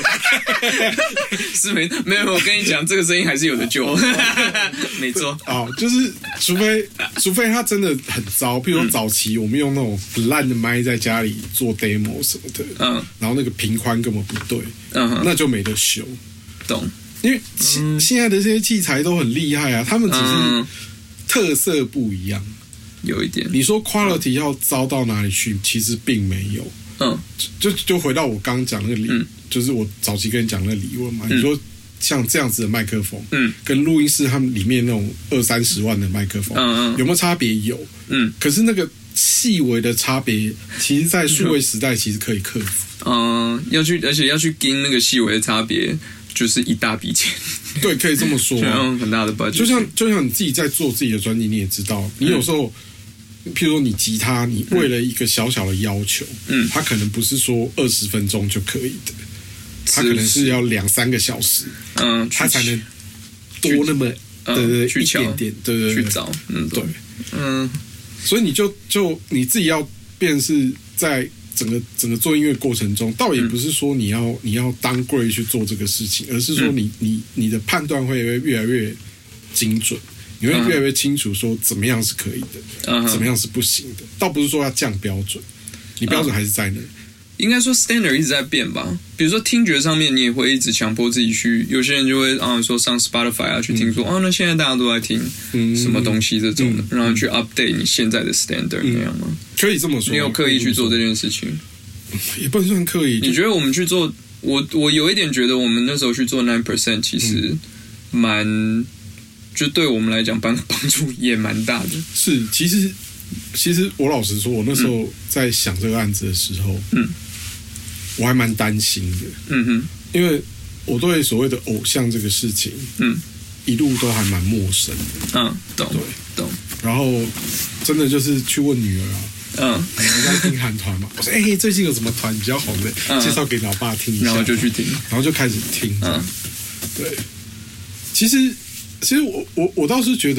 是没没有。我跟你讲，这个声音还是有的救，没错。 哦，就是除非除非他真的很糟，譬如说早期我们用那种很烂的麦在家里做 demo 什么的，嗯，然后那个频宽根本不对，嗯，那就没得修， 懂？ 因为现现在的这些器材都很厉害啊，他们只是特色不一样。 有一点， 你说 quality 要糟到哪里去？其实并没有。嗯，就就回到我刚刚讲那个理，嗯、就是我早期跟你讲那个理论嘛。嗯、你说像这样子的麦克风，嗯，跟录音室他们里面那种二三十万的麦克风，嗯嗯，有没有差别？有，嗯。可是那个细微的差别，其实，在数位时代其实可以克服。 嗯，要去，而且要去跟那个细微的差别。就是一大笔钱， 对，可以这么说、啊， 很大的 budget。 就像就像你自己在做自己的专辑，你也知道，你有时候，嗯、譬如说你吉他，你为了一个小小的要求，嗯，它可能不是说二十分钟就可以的，它可能是要两三个小时，嗯，它才能多那么对对对一点点，对对对去找，嗯对， 嗯，所以你就就你自己要变是在。整个整个做音乐过程中，倒也不是说你要、嗯、你要当 great 去做这个事情，而是说你、嗯、你你的判断会越来越精准，你会越来越清楚说怎么样是可以的，嗯、怎么样是不行的。倒不是说要降标准，你标准还是在那。嗯应该说 standard 一直在变吧，比如说听觉上面，你也会一直强迫自己去，有些人就会啊说上 Spotify 啊去听说，哦、嗯啊、那现在大家都在听什么东西这种的，嗯、然后去 update 你现在的 standard、嗯、那样吗？ 可以这么说， 你有刻意去做这件事情？ 也不能算刻意。 你觉得我们去做，我我有一点觉得我们那时候去做 nine percent 其实蛮，嗯、就对我们来讲帮帮助也蛮大的。 是，其实其实我老实说，我那时候在想这个案子的时候，嗯。我还蛮担心的，嗯哼，因为我对所谓的偶像这个事情，嗯，一路都还蛮陌生的， 嗯，懂，对，懂。 然后真的就是去问女儿啊，嗯，你在听韩团嘛？我说，哎、欸，最近有什么团比较红的，嗯、介绍给老爸听一下， 然后就去听， 然后就开始听，嗯，对。其实，其实我我我倒是觉得，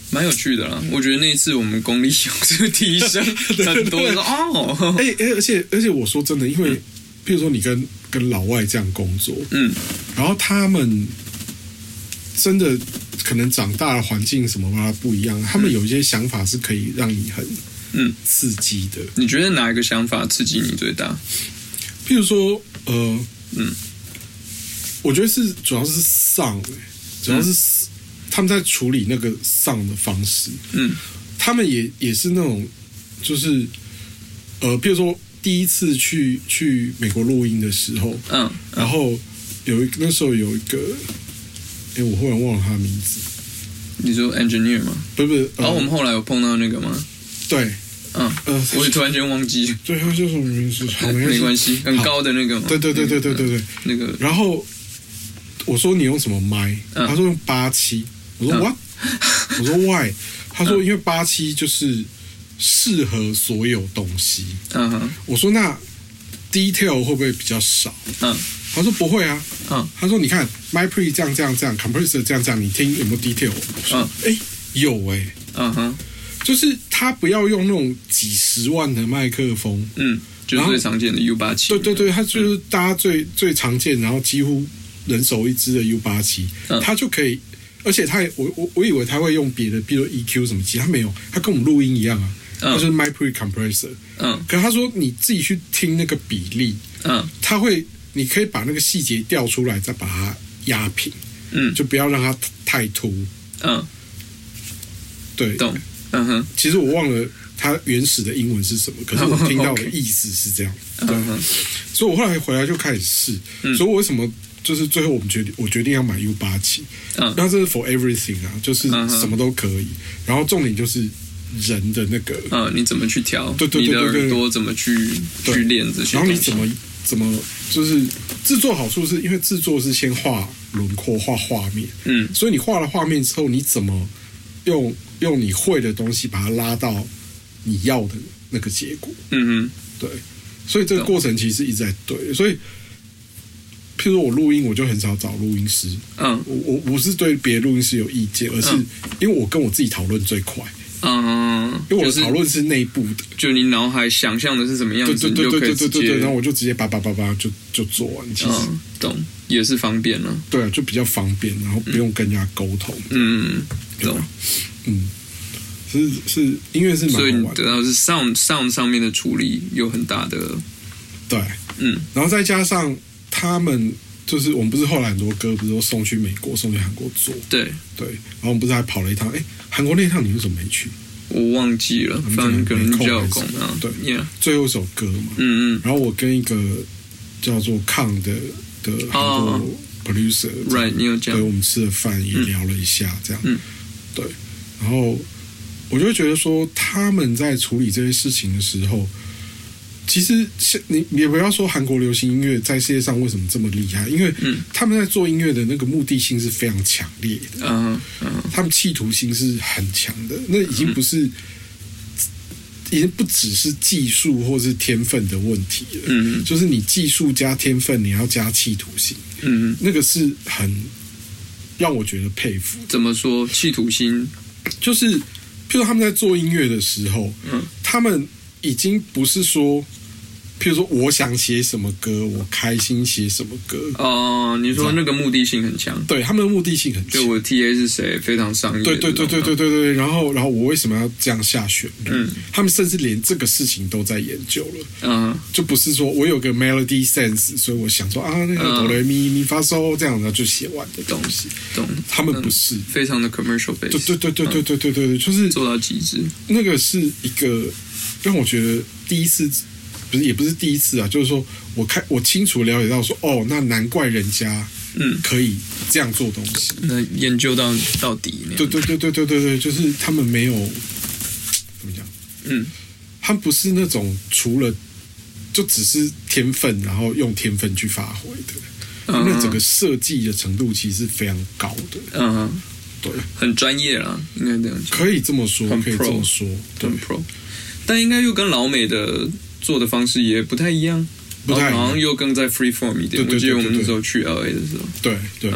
蛮有趣的啦。我觉得那一次我们功力有提升很多。哦， 哎哎，而且而且我说真的，因为譬如说你跟跟老外这样工作，嗯，然后他们真的可能长大的环境什么吧不一样，他们有一些想法是可以让你很嗯刺激的。 你觉得哪一个想法刺激你最大？ 譬如说，呃，嗯，我觉得是主要是 sound， 主要是、嗯、他们在处理那个 sound 的方式，嗯，他们也也是那种，就是呃，譬如说第一次去去美国录音的时候，嗯，嗯然后有一那时候有一个，哎，我忽然忘了他的名字。 你说 engineer 吗？ 不是不是，然、 呃、后、哦、我们后来有碰到那个吗？ 对。 嗯，呃，我也突然间忘记， 对，他叫什么名字？好， 没关系，很高的那个嘛。 对对对对对对对， 那个。 然后我说你用什么麦？嗯、他说用八七。我说 what？、嗯、我说 why？ 他说因为八七就是适合所有东西。嗯哼。我说那 detail 会不会比较少？嗯。他说不会啊。嗯。他说你看 my pre 这样这样这样 compressor 这样这样，你听有没有 detail？ 嗯。哎，有哎、欸。嗯哼。就是他不要用那种几十万的麦克风，嗯， 就是最常见的 U 八七。 对对对，他就是大家最、嗯、最常见，然后几乎人手一支的 U 八七，嗯，他就可以，而且他也我我我以为他会用别的，比如 E Q 什么机，他没有，他跟我们录音一样啊，嗯、他就是 my pre compressor， 嗯，可他说你自己去听那个比例，嗯，他会，你可以把那个细节调出来，再把它压平，嗯，就不要让它太凸，嗯，对， 懂。嗯哼， 其实我忘了它原始的英文是什么，可是我听到的意思是这样。对，嗯、所以我后来回来就开始试。嗯、所以我为什么就是最后我们决定，我决定要买 U 八七，嗯，那这是 for everything 啊，就是什么都可以。然后重点就是人的那个， 嗯，你怎么去调？ 对对对对对， 你的耳朵怎么去去练这些？ 然后你怎么怎么就是制作好处是因为制作是先画轮廓、画画面，嗯，所以你画了画面之后，你怎么用？用你会的东西把它拉到你要的那个结果，嗯哼，对，所以这个过程其实一直在对，所以，譬如说我录音，我就很少找录音师，嗯，我我不是对别的录音师有意见，而是因为我跟我自己讨论最快，嗯，因为我的讨论是内部的， 就你脑海想象的是什么样子， 对对对对对对对，然后我就直接叭叭叭叭就就做完，其实、嗯、 懂也是方便了， 对啊，就比较方便，然后不用跟人家沟通，嗯，懂。嗯，是是，音乐是蛮好玩的，所以你得到是 sound sound 上面的处理有很大的， 对，嗯，然后再加上他们就是我们不是后来很多歌不是都送去美国、送去韩国做， 对对，然后我们不是还跑了一趟，哎，韩国那一趟你为什么没去？ 我忘记了，反正可能比较有空啊， 对， yeah. 最后一首歌嘛，嗯嗯，然后我跟一个叫做抗的的韩国 producer，right，、 oh, 你有讲， 对，我们吃了饭也聊了一下，这样，嗯，对。然后我就会觉得说，他们在处理这些事情的时候，其实你你也不要说韩国流行音乐在世界上为什么这么厉害，因为他们在做音乐的那个目的性是非常强烈的，嗯嗯，他们企图心是很强的，那已经不是，嗯、已经不只是技术或是天分的问题了，嗯，就是你技术加天分，你要加企图心，嗯，那个是很让我觉得佩服。 怎么说企图心？ 就是，譬如他们在做音乐的时候，嗯，他们已经不是说，譬如说我想写什么歌，我开心写什么歌。 哦、呃，你说那个目的性很强， 对，他们的目的性很强。 就我的 T A 是谁，非常商业。 对对对对对对对。然后，然后我为什么要这样下旋律？嗯，他们甚至连这个事情都在研究了。嗯，就不是说我有个 melody sense， 所以我想说啊，那个哆来咪咪发嗦这样子就写完的东西。 懂？ 他们不是， 非常的 commercial base。 对对对对对对对对对，就是做到极致。 那个是一个让我觉得第一次。不是，也不是第一次啊，就是说我开我清楚了解到说，哦，那难怪人家嗯可以这样做东西， 那研究到到底， 对对对对对对对，就是他们没有怎么讲，嗯，他们不是那种除了就只是天分，然后用天分去发挥的，嗯、那整个设计的程度其实是非常高的，嗯，对， 很专业啦，应该这样讲， 可以这么说，可以这么说， 对 ，pro， 但应该又跟老美的做的方式也不太一样， 不太一样， 好像又更在 free form 一点。我记得我们那时候去 L A 的时候， 对对，嗯、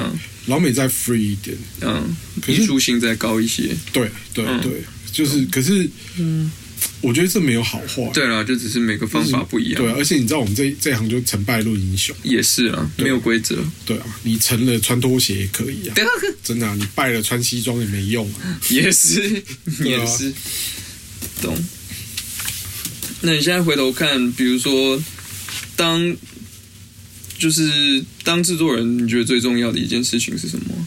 老美再 free 一点， 嗯，艺术性再高一些。 对对对，嗯、就是，可是，嗯，我觉得这没有好坏。 对啦，就只是每个方法不一样。 对、啊，而且你知道我们这这行就成败论英雄。 也是啊，没有规则。 对啊，你成了穿拖鞋也可以啊，真的、啊，你败了穿西装也没用啊。 也是，也是，啊、懂。那你现在回头看，比如说，当就是当制作人，你觉得最重要的一件事情是什么？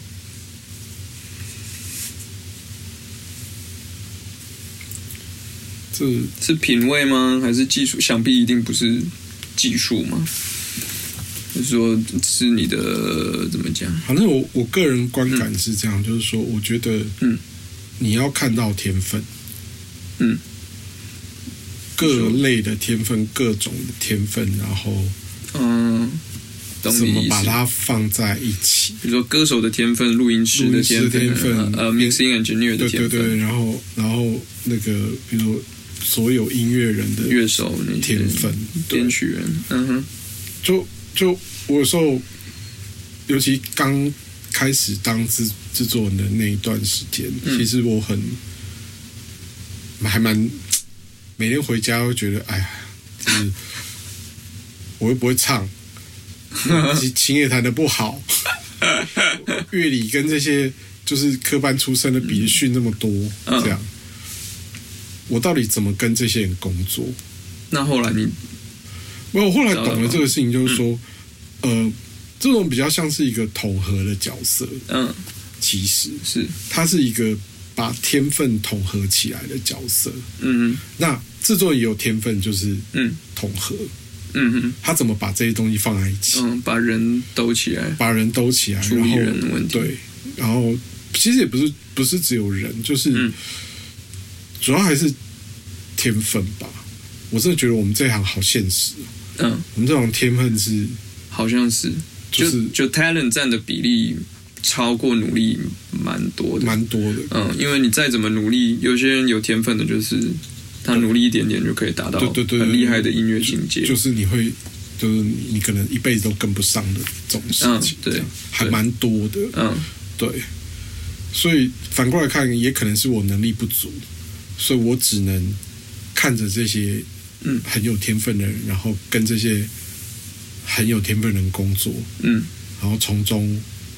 这是品味吗？还是技术？想必一定不是技术嘛。就是说，是你的怎么讲？ 反正我我个人观感是这样，嗯、就是说，我觉得，嗯，你要看到天分，嗯。各类的天分，各种的天分，然后，嗯，怎么把它放在一起？ 比如说歌手的天分、录音师的天分、天分呃 ，mixing engineer 的天分， 对对对，然后然后那个，比如所有音乐人的乐手那天分、 编曲人，嗯哼， 就就我有时候，尤其刚开始当制制作人的那一段时间，嗯、其实我很还蛮。每天回家会觉得，哎呀，就是我又不会唱，琴也弹得不好，乐理跟这些就是科班出身的比的逊那么多，嗯、这样，我到底怎么跟这些人工作？ 那后来你， 我后来懂了这个事情，就是说，嗯、呃，这种比较像是一个统合的角色，嗯，其实是它是一个。把天分统合起来的角色，嗯，那制作也有天分，就是嗯统合，嗯哼，他怎么把这些东西放在一起？ 嗯，把人兜起来， 把人兜起来， 处理人的问题， 对，然后其实也不是不是只有人，就是、嗯、主要还是天分吧。我真的觉得我们这行好现实，嗯，我们这种天分是好像是，就是就 talent 占的比例。超过努力蛮多的， 蛮多的。 嗯，因为你再怎么努力，有些人有天分的，就是他努力一点点就可以达到很厉害的音乐境界。 就是你会，就是你可能一辈子都跟不上的这种事情， 嗯、对， 还蛮多的。嗯，对。所以反过来看，也可能是我能力不足，所以我只能看着这些嗯很有天分的人，然后跟这些很有天分的人工作，嗯，然后从中。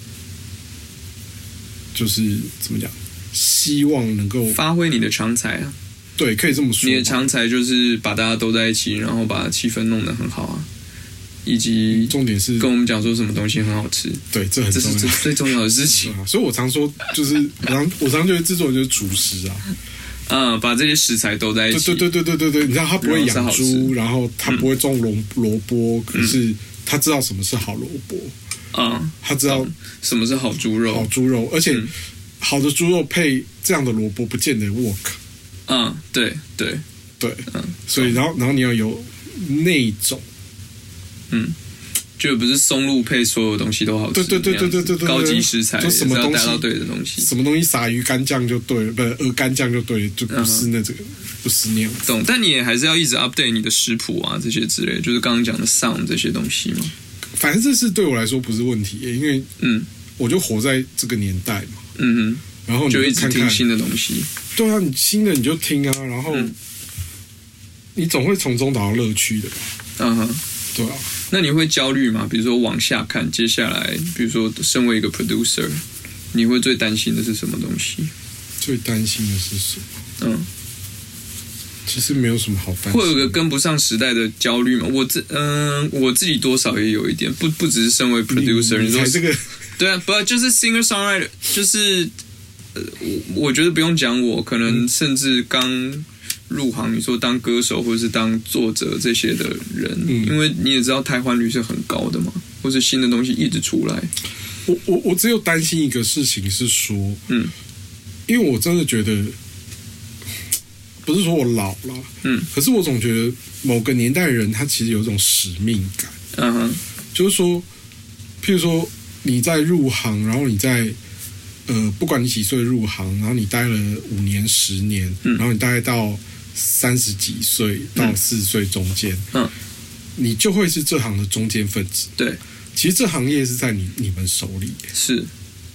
就是怎么讲，希望能够发挥你的长才啊， 对，可以这么说。 你的长才就是把大家都在一起，然后把气氛弄得很好啊，以及重点是跟我们讲说什么东西很好吃， 对，这很重要， 这是最重要的事情。 啊、所以我常说，就是我常我常觉得制作人就是厨师啊， 嗯，把这些食材都在一起， 对对对对对对对，你知道他不会养猪，然后他不会种萝萝卜，可是他知道什么是好萝卜。嗯，他知道什么是好猪肉， 好猪肉，而且、嗯、好的猪肉配这样的萝卜不见得 work。 嗯，对对对，嗯，所以然后然后你要有那种， 嗯，就不是松露配所有东西都好吃， 对对对对对对对， 高级食材， 就什么东西达到对的东西， 什么东西撒鱼干酱就对了，不是鹅肝酱就对了，就不是那这个、嗯、不是那样。 懂，但你也还是要一直 update 你的食谱啊，这些之类，就是刚刚讲的 sound 这些东西嘛。 反正这是对我来说不是问题，因为嗯，我就活在这个年代嘛，嗯哼，然后你就一直听新的东西， 对啊，你新的你就听啊，然后、嗯、你总会从中找到乐趣的吧，嗯哼，对啊。 那你会焦虑吗？比如说往下看，接下来，比如说身为一个 producer， 你会最担心的是什么东西？ 最担心的是什么？嗯。其实没有什么好担心， 会有个跟不上时代的焦虑嘛？我自嗯、呃，我自己多少也有一点，不不只是身为 producer， 你, 你才这个对啊，不就是 singer songwriter， 就是呃，我我觉得不用讲我，可能甚至刚入行，你说当歌手或者是当作者这些的人，嗯、因为你也知道汰换率是很高的嘛，或是新的东西一直出来。 我我我只有担心一个事情是说，嗯，因为我真的觉得。不是说我老了，嗯，可是我总觉得某个年代的人他其实有一种使命感，嗯哼，就是说，譬如说你在入行，然后你在呃，不管你几岁入行，然后你待了五年、十年，嗯，然后你大概到三十几岁到四十岁中间，嗯，你就会是这行的中间分子， 对， 其实这行业是在你你们手里， 是，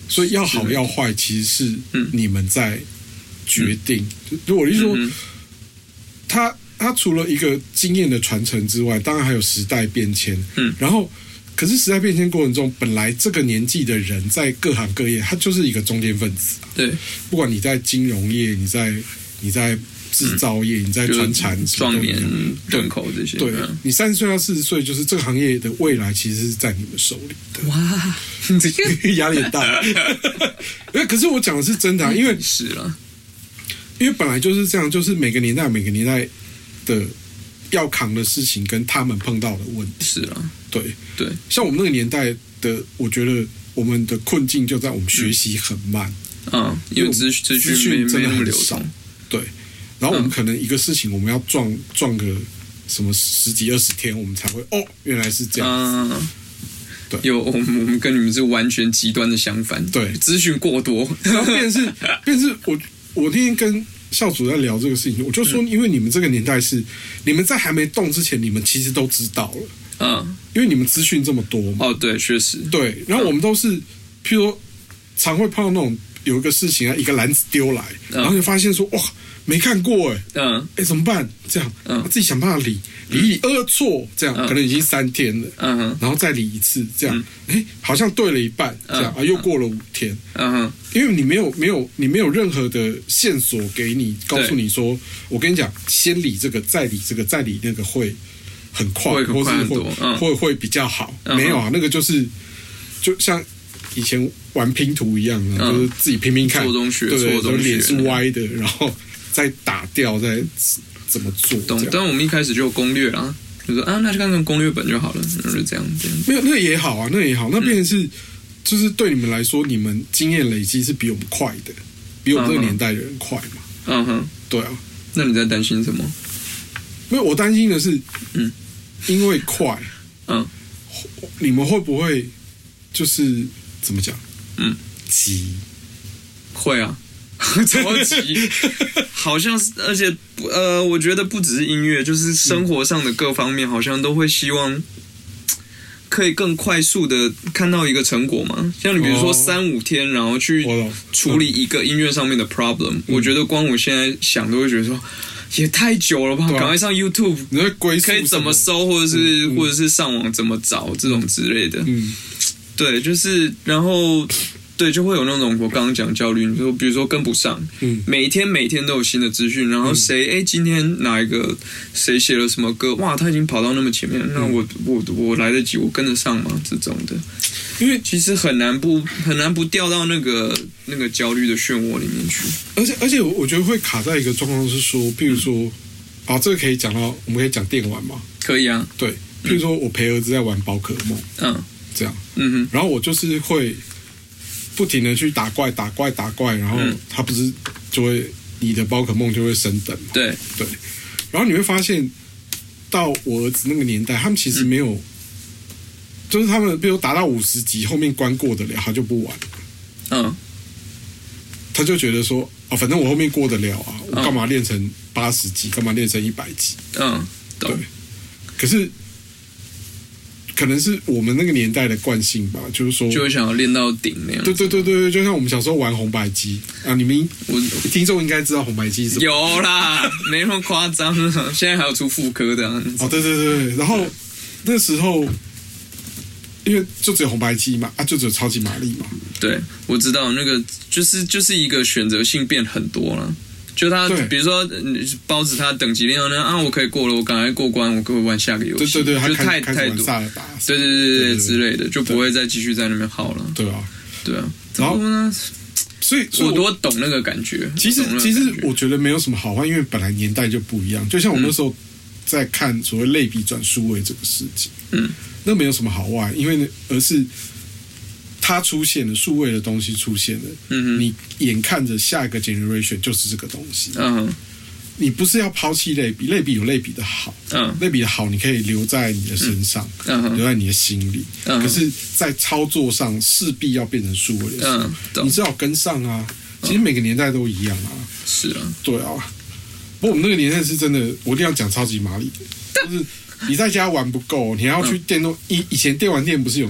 所以要好要坏其实是你们在决定。就我的意思说，他他除了一个经验的传承之外，当然还有时代变迁。嗯，然后可是时代变迁过程中，本来这个年纪的人在各行各业，他就是一个中间分子。 对， 不管你在金融业，你在你在制造业，你在传产、 壮年顿口这些。 对，你三十岁到四十岁，就是这个行业的未来其实是在你们手里的。 哇， 压力很大。因为可是我讲的是真的、啊，因为是了。 因为本来就是这样，就是每个年代每个年代的要扛的事情跟他们碰到的问题是啊， 对对， 像我们那个年代的，我觉得我们的困境就在我们学习很慢， 嗯，因为资资讯真的很流少，对，然后我们可能一个事情我们要撞撞个什么十几二十天，我们才会哦，原来是这样子。嗯对，有我们我们跟你们是完全极端的相反， 对， 资讯过多， 然后变成是变成是我我那天跟校主在聊这个事情，我就说，因为你们这个年代是你们在还没动之前，你们其实都知道了，嗯，因为你们资讯这么多嘛， 哦，对，确实， 对，然后我们都是，譬如说常会碰到那种有一个事情啊，一个篮子丢来，然后就发现说哇。没看过哎，嗯，哎怎么办？这样，嗯，自己想办法理理一理，呃错，这样、嗯、可能已经三天了，嗯哼，然后再理一次，这样，哎、嗯，好像对了一半，这样、嗯、啊，又过了五天，嗯哼，因为你没有没有你没有任何的线索给你，告诉你说，我跟你讲，先理这个，再理这个，再理那个会很快， 会很快很多，嗯、会会比较好，嗯、没有啊，那个就是就像以前玩拼图一样，嗯、就是自己拼拼看， 错中学， 对， 错中学， 脸是歪的，然后。再打掉，再怎么做？ 懂。但我们一开始就有攻略啦，就说啊，那就看看攻略本就好了，就是这样这样。 没有，那也好啊，那也好，那变成是，嗯、就是对你们来说，你们经验累积是比我们快的，比我们这个年代的人快嘛。 嗯哼， 对啊。 那你在担心什么？ 没有，我担心的是，嗯，因为快，嗯，你们会不会就是怎么讲？嗯，急？ 会啊。超级，好像是，而且呃，我觉得不只是音乐，就是生活上的各方面，好像都会希望可以更快速的看到一个成果嘛。像你比如说三五天，然后去处理一个音乐上面的 problem，、嗯、我觉得光我现在想都会觉得说。也太久了吧！赶、啊、快上 YouTube， 你会归可以怎么搜，或者是、嗯、或者是上网怎么找这种之类的。嗯，对，就是然后。对，就会有那种我刚刚讲焦虑，就比如说跟不上，嗯，每天每天都有新的资讯，然后谁哎、嗯、今天哪一个谁写了什么歌，哇，他已经跑到那么前面，嗯、那我我我来得及，我跟得上吗？这种的，因为其实很难不很难不掉到那个那个焦虑的漩涡里面去， 而且而且我觉得会卡在一个状况是说，譬如说，嗯、啊，这个可以讲到，我们可以讲电玩吗？ 可以啊， 对，譬如说我陪儿子在玩宝可梦，嗯，这样，嗯哼，然后我就是会。不停的去打怪打怪打怪，然后他不是就会你的宝可梦就会升等嘛？ 对对，然后你会发现，到我儿子那个年代，他们其实没有，嗯、就是他们比如打到五十级，后面关过得了，他就不玩了。嗯，他就觉得说，哦，反正我后面过得了啊，我干嘛练成八十级？干嘛练成一百级？嗯，对。可是。可能是我们那个年代的惯性吧，就是说， 就会想要练到顶那样。 对对对对，就像我们小时候玩红白机啊，你们我听众应该知道红白机是什么。 有啦，没那么夸张，现在还有出副科的、啊。 哦，对对对，然后那时候因为就只有红白机嘛，啊，就只有超级玛丽嘛。 对，我知道那个就是就是一个选择性变很多了。就他，比如说包子，他等级练到那啊，我可以过了，我赶快过关，我可以玩下个游戏。 对对对， 就太太多，对对对对之类的，就不会再继续在那边耗了。 对啊， 对啊。然后呢，所以我多懂那个感觉。 其实其实我觉得没有什么好坏，因为本来年代就不一样。就像我那时候在看所谓类比转数位这个事情，嗯，那没有什么好坏，因为而是。它出现了，数位的东西出现了，嗯，你眼看着下一个 generation 就是这个东西，嗯，你不是要抛弃类比，类比有类比的好，嗯，类比的好你可以留在你的身上，嗯，留在你的心里，嗯，可是，在操作上势必要变成数位的时候，嗯，你只好跟上啊。其实每个年代都一样啊， 是啊， 对啊。不过我们那个年代是真的，我一定要讲超级玛丽，就是你在家玩不够，你还要去电动，以以前电玩店不是有那种。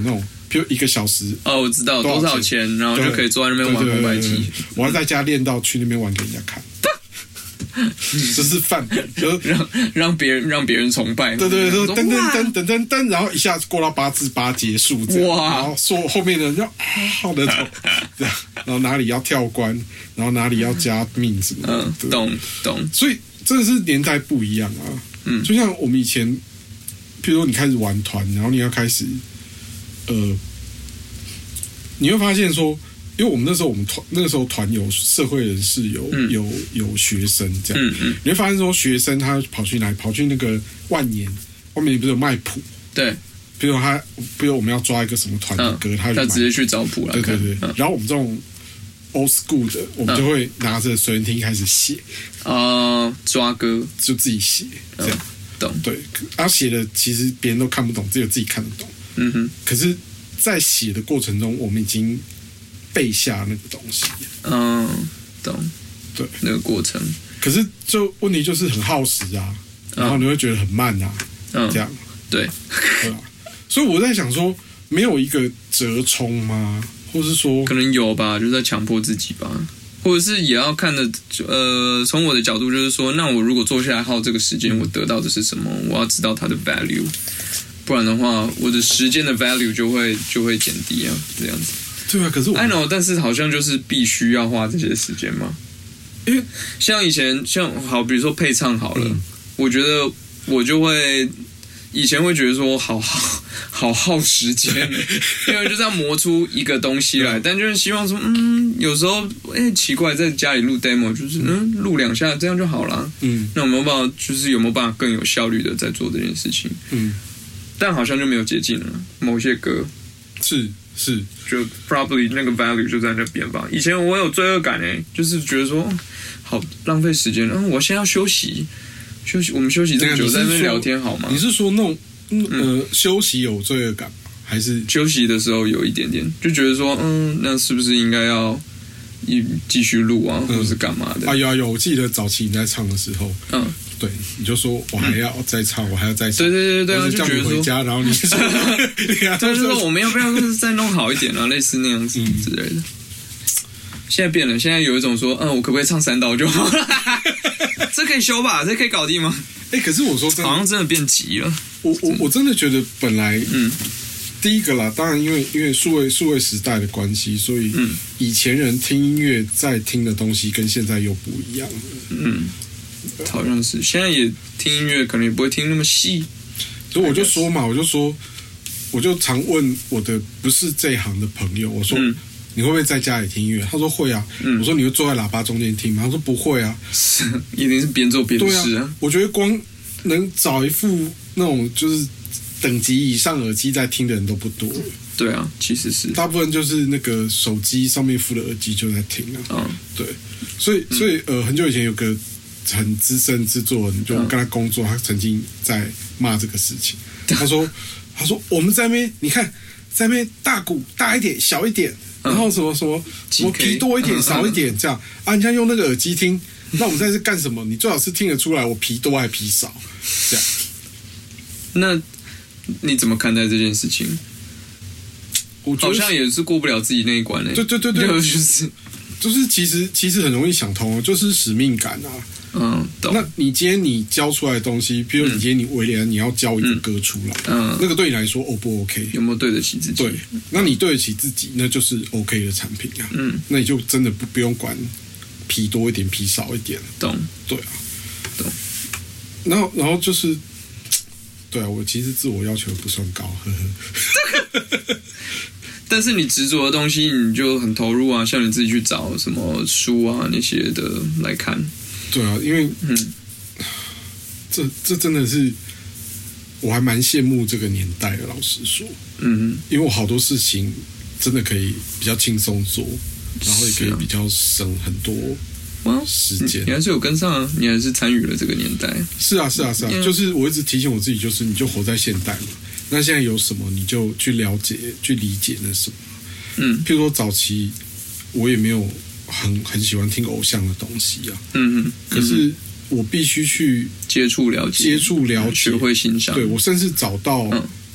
比如一个小时哦，我知道多少钱，然后就可以坐在那边玩红白机。 我要在家练到去那边玩给人家看。这是范本，就让让别人让别人崇拜。 对对对，噔噔噔噔噔噔，然后一下子过到八至八结束，哇！然后说后面的人就啊，好的懂，这样，然后哪里要跳关，然后哪里要加命什么的， 嗯，懂懂。 所以真的是年代不一样啊。嗯，就像我们以前，譬如说你开始玩团，然后你要开始，呃，你会发现说。因为我们那时候我们团那个时候团有社会人士有、嗯、有有学生这样，嗯嗯、你会发现说学生他跑去哪里？跑去那个万年外面不是有卖谱？ 对， 比如他，比如我们要抓一个什么团的歌，嗯、他他直接去找谱来看。 对对对。嗯、然后我们这种 old school 的，我们就会拿着随身听开始写啊、呃，抓歌就自己写这样。 嗯、懂。 对，然后写的其实别人都看不懂，只有自己看得懂。嗯哼。可是，在写的过程中，我们已经背下那个东西， 嗯，懂， 对， 那个过程。 可是就问题就是很耗时啊，然后你会觉得很慢啊，嗯，这样， 对， 对吧？所以我在想说，没有一个折冲吗？或是说， 可能有吧，就在强迫自己吧，或者是也要看的，呃，从我的角度就是说，那我如果坐下来耗这个时间，我得到的是什么？我要知道它的 value， 不然的话，我的时间的 value 就会就会减低啊，这样子。 对啊，可是我 I know， 但是好像就是必须要花这些时间嘛。因为像以前，像好，比如说配唱好了，嗯、我觉得我就会以前会觉得说，好好好耗时间，因为就是要磨出一个东西来，但就是希望说，嗯，有时候哎、欸、奇怪，在家里录 demo 就是嗯录两下这样就好了，嗯，那有没有办法，就是有没有办法更有效率的在做这件事情？嗯，但好像就没有捷径了，某些歌是。是， 就 probably 那个 value 就在那边吧。以前我有罪恶感诶，就是觉得说好浪费时间，嗯，我现在要休息，休息，我们休息这么久在那边聊天好吗？ 你是说那种呃休息有罪恶感，还是休息的时候有一点点，就觉得说嗯，那是不是应该要继续录啊，或者是干嘛的？ 啊有啊有，我记得早期你在唱的时候，嗯。对，你就说我还要再唱，嗯、我还要再唱。 对对对对， 我就叫你回家，然后你说， 对，就说我们要不要再弄好一点啊，类似那样子之类的。嗯、现在变了，现在有一种说，嗯，我可不可以唱三刀就好了？这可以修吧？这可以搞定吗？ 哎、欸，可是我说真的， 好像真的变急了。 我我我真的觉得本来，嗯，第一个啦，当然因为因为数位数位时代的关系，所以嗯，以前人听音乐在听的东西跟现在又不一样了，嗯。 好像是，现在也听音乐，可能也不会听那么细。 所以我就说嘛，我就说，我就常问我的不是这一行的朋友，我说、嗯、你会不会在家里听音乐？他说会啊。嗯、我说你会坐在喇叭中间听吗？他说不会啊， 是一定是边做边试啊。 啊我觉得光能找一副那种就是等级以上耳机在听的人都不多。 对啊，其实是大部分就是那个手机上面附的耳机就在听啊。嗯，对，所以所以呃，很久以前有个很资深制作人，就跟他工作，他曾经在骂这个事情。他说：“他说我们在那边，你看在那边大鼓大一点，小一点，然后什么什么什么皮多一点，少一点，这样啊，人家用那个耳机听，那我们在这干什么？你最好是听得出来我皮多还皮少，这样。 那你怎么看待这件事情？我好像也是过不了自己那一关嘞、欸。 对对对对， 就是就是其实其实很容易想通，就是使命感啊。”嗯，懂。那你今天你教出来的东西，比如你今天你威廉，你要教一个歌出来，嗯，那个对你来说 O 不 OK？ 有没有对得起自己？ 对，那你对得起自己，那就是 OK 的产品啊。嗯，那你就真的不不用管皮多一点，皮少一点。 懂？ 对啊， 懂。 然后，然后就是，对啊，我其实自我要求不算高，呵呵。 但是你执着的东西，你就很投入啊，像你自己去找什么书啊那些的来看。 对啊，因为嗯，这这真的是我还蛮羡慕这个年代的。老实说，嗯，因为我好多事情真的可以比较轻松做，然后也可以比较省很多时间。 你还是有跟上啊，你还是参与了这个年代。 是啊，是啊，是啊，嗯、就是我一直提醒我自己，就是你就活在现代嘛。那现在有什么你就去了解、去理解那什么。嗯，譬如说早期我也没有。很很喜欢听偶像的东西啊，嗯嗯，可是我必须去接触了解、 接触了解、 学会欣赏。 对我甚至找到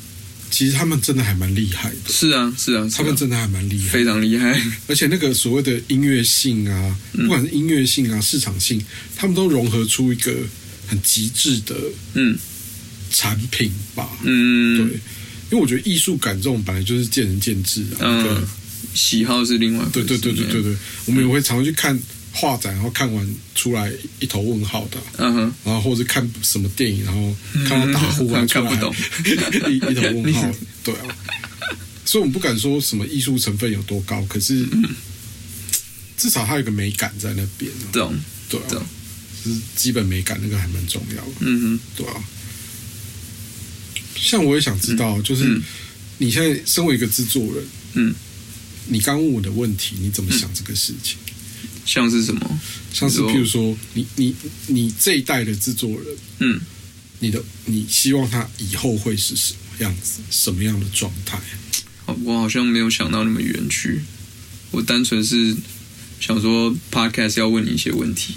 其实他们真的还蛮厉害的。 是啊，是啊， 他们真的还蛮厉害， 非常厉害。 而且那个所谓的音乐性啊，不管是音乐性啊、市场性，他们都融合出一个很极致的嗯产品吧。嗯，对，因为我觉得艺术感这种本来就是见仁见智啊。嗯，对， 喜好是另外。 对对对对对对，我们也会常去看画展，然后看完出来一头问号的，嗯哼，然后或者看什么电影，然后看到打呼啊， 看不懂， 一一头问号，对啊，所以我们不敢说什么艺术成分有多高，可是至少它有个美感在那边， 懂， 对啊，就是基本美感那个还蛮重要的，嗯哼，对啊。像我也想知道，就是你现在身为一个制作人，嗯，你刚问我的问题，你怎么想这个事情？ 像是什么？ 像是譬如说，你你你这一代的制作人，嗯，你的你希望他以后会是什么样子，什么样的状态？ 我好像没有想到那么远去，我单纯是想说 ，podcast 要问你一些问题。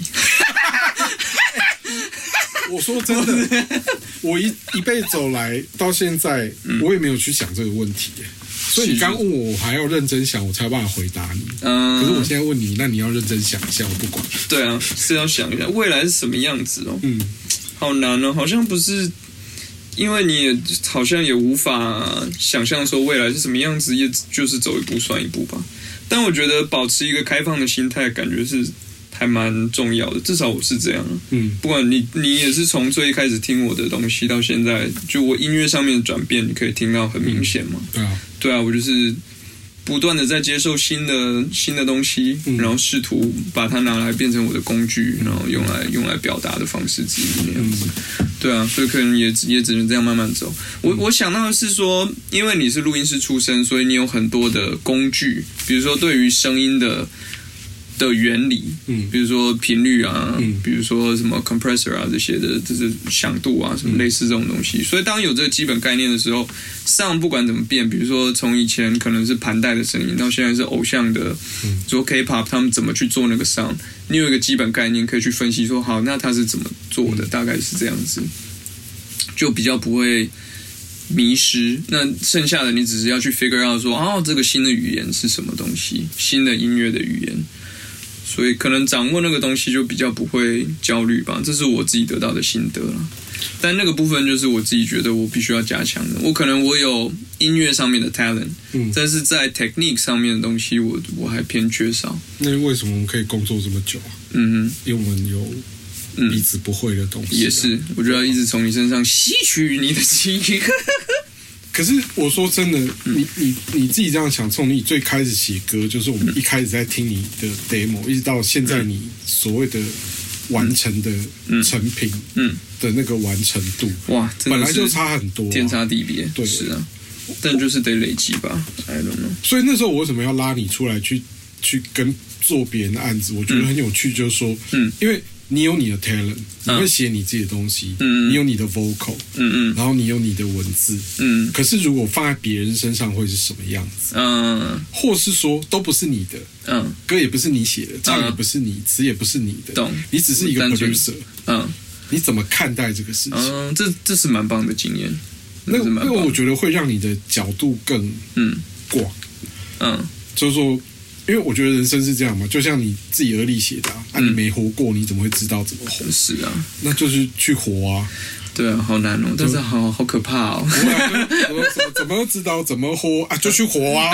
我说真的，我一一辈子走来到现在，嗯、我也没有去想这个问题。所以你刚问我，我还要认真想，我才有办法回答你。嗯，可是我现在问你，那你要认真想一下，我不管。 对啊，是要想一下未来是什么样子哦。嗯，好难哦，好像不是，因为你也好像也无法想象说未来是什么样子，也就是走一步算一步吧。但我觉得保持一个开放的心态，感觉是还蛮重要的，至少我是这样。嗯，不管你你也是从最一开始听我的东西到现在，就我音乐上面的转变，你可以听到很明显嘛。 对啊。 对啊，我就是不断的在接受新的新的东西，嗯、然后试图把它拿来变成我的工具，然后用来用来表达的方式之一那样子。嗯、对啊，所以可能也也只能这样慢慢走。我我想到的是说，因为你是录音师出身，所以你有很多的工具，比如说对于声音的的原理，嗯，比如说频率啊，嗯，比如说什么 compressor 啊这些的，就是响度啊，什么类似这种东西。所以当有这个基本概念的时候，上不管怎么变，比如说从以前可能是盘带的声音，到现在是偶像的，嗯，说 K-pop 他们怎么去做那个 sound， 你有一个基本概念可以去分析说，好，那他是怎么做的，大概是这样子，就比较不会迷失。那剩下的你只是要去 figure out 说，哦，这个新的语言是什么东西，新的音乐的语言。所以可能掌握那个东西就比较不会焦虑吧，这是我自己得到的心得啦。但那个部分就是我自己觉得我必须要加强的。我可能我有音乐上面的 talent，嗯，但是在 technique 上面的东西我我还偏缺少。 那为什么我们可以工作这么久啊？嗯哼，因为我们有彼此不会的东西、啊嗯。也是， 我就要一直从你身上吸取你的记忆。 可是我说真的，你你你自己这样想，从你最开始写歌，就是我们一开始在听你的 demo，、嗯、一直到现在你所谓的完成的成品，嗯的那个完成度，哇，本来就差很多、啊， 天差地别。对，是啊，但就是得累积吧 ，I don't know。 所以那时候我为什么要拉你出来去去跟做别人的案子？我觉得很有趣，就是说，嗯，因为你有你的 talent， 你会写你自己的东西，嗯，你有你的 vocal， 嗯嗯，然后你有你的文字，嗯，可是如果放在别人身上会是什么样子？嗯，或是说都不是你的，嗯，歌也不是你写的，唱也不是你，词也不是你的，懂？你只是一个 producer， 嗯，你怎么看待这个事情？ 嗯，这这是蛮棒的经验， 那那个我觉得会让你的角度更嗯广，嗯，就是说。因为我觉得人生是这样嘛，就像你自己而立写的啊，啊你没活过，你怎么会知道怎么活？ 是啊， 那就是去活啊。 对啊，好难哦，但是好好可怕哦。 怎怎么知道怎么活啊？就去活啊。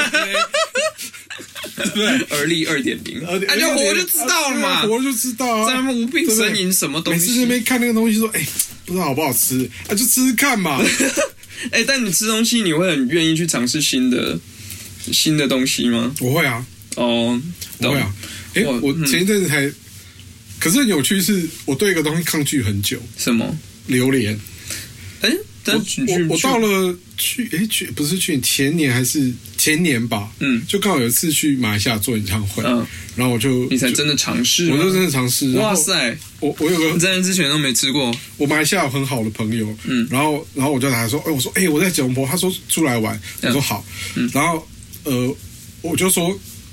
对，而立二点零，啊就活就知道了嘛， 活就知道啊。 在他们无病呻吟什么东西？ 每次那边看那个东西说，哎，不知道好不好吃啊，就吃吃看嘛。 哎，但你吃东西，你会很愿意去尝试新的。新的东西吗？ 我会啊， 哦， 我会啊。哎、欸，我前一阵子才，嗯、可是很有趣，是我对一个东西抗拒很久。 什么？ 榴莲。 哎、欸，但我我我到了去，哎、欸、去不是去年前年还是前年吧？嗯，就刚好有一次去马来西亚做演唱会，嗯，然后我就你才真的尝试， 我就真的尝试。 哇塞， 我我有个你在那之前都没吃过。 我马来西亚有很好的朋友，嗯，然后然后我就跟他说，哎、欸，我说哎、欸、我在吉隆坡，他说出来玩，我说好，嗯，然后。呃，我就说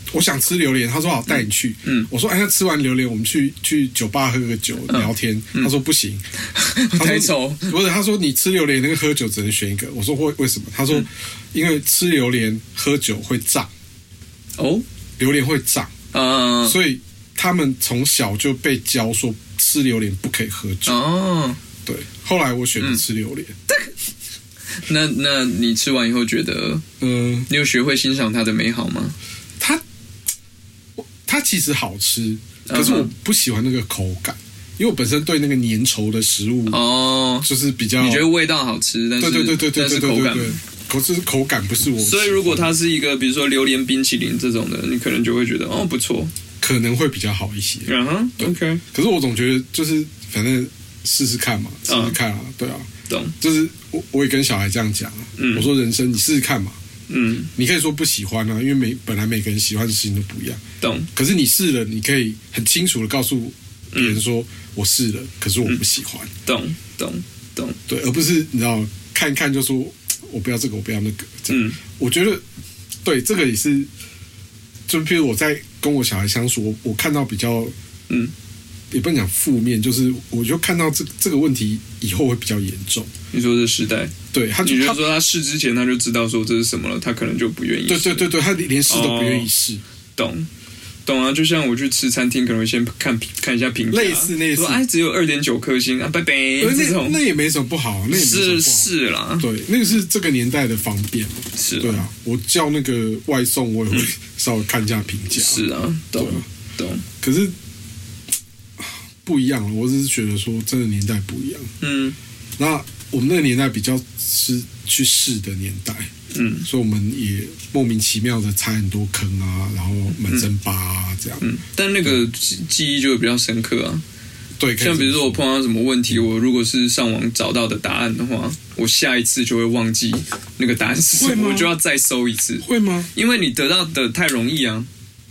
我想吃榴莲，他说好带你去。嗯，我说哎，那吃完榴莲，我们去去酒吧喝个酒、嗯、聊天。他说不行， 太丑。 不是，他说你吃榴莲那个喝酒只能选一个。我说为为什么？他说、嗯、因为吃榴莲喝酒会胀。哦，榴莲会胀啊、嗯，所以他们从小就被教说吃榴莲不可以喝酒。哦，对。后来我选择吃榴莲。嗯、 那那你吃完以后觉得，嗯，你有学会欣赏它的美好吗？ 它。它其实好吃，可是我不喜欢那个口感，因为我本身对那个粘稠的食物哦，就是比较你觉得味道好吃，但是对对对对对对对口感， 可是口感不是我。 所以如果它是一个比如说榴莲冰淇淋这种的，你可能就会觉得哦不错， 可能会比较好一些。 嗯哼 ，OK。 可是我总觉得就是反正试试看嘛，试试看啊，对啊， 懂。 就是我我也跟小孩这样讲，嗯，我说人生你试试看嘛。嗯，你可以说不喜欢啊，因为每本来每个人喜欢的事情都不一样， 懂。 可是你试了，你可以很清楚的告诉别人说，嗯、我试了，可是我不喜欢， 懂懂懂， 对，而不是你知道看一看就说我不要这个，我不要那个，嗯，我觉得对这个也是，就譬如我在跟我小孩相处，我我看到比较嗯。也不能讲负面，就是我就看到这这个问题以后会比较严重。 你说这时代， 对，他就你就说他试之前他就知道说这是什么了，他可能就不愿意试。 对对对对，他连试都不愿意试。哦、 懂懂啊，就像我去吃餐厅，可能会先看看一下评价， 类似类似， 说哎只有二点九颗星啊，拜拜。 这种那也没什么不好，那也没什么不好。 是是啦， 对，那个是这个年代的方便。 是， 对啊，我叫那个外送，我也会稍微看一下评价。 是啊，懂懂。 可是。不一样了，我只是觉得说，真的年代不一样。嗯，那我们那个年代比较是去试的年代，嗯，所以我们也莫名其妙的踩很多坑啊，然后满身疤啊这样。嗯， 但那个记忆就会比较深刻啊。 对， 像比如说我碰到什么问题，我如果是上网找到的答案的话，我下一次就会忘记那个答案是什么，我就要再搜一次。 会吗？ 因为你得到的太容易啊。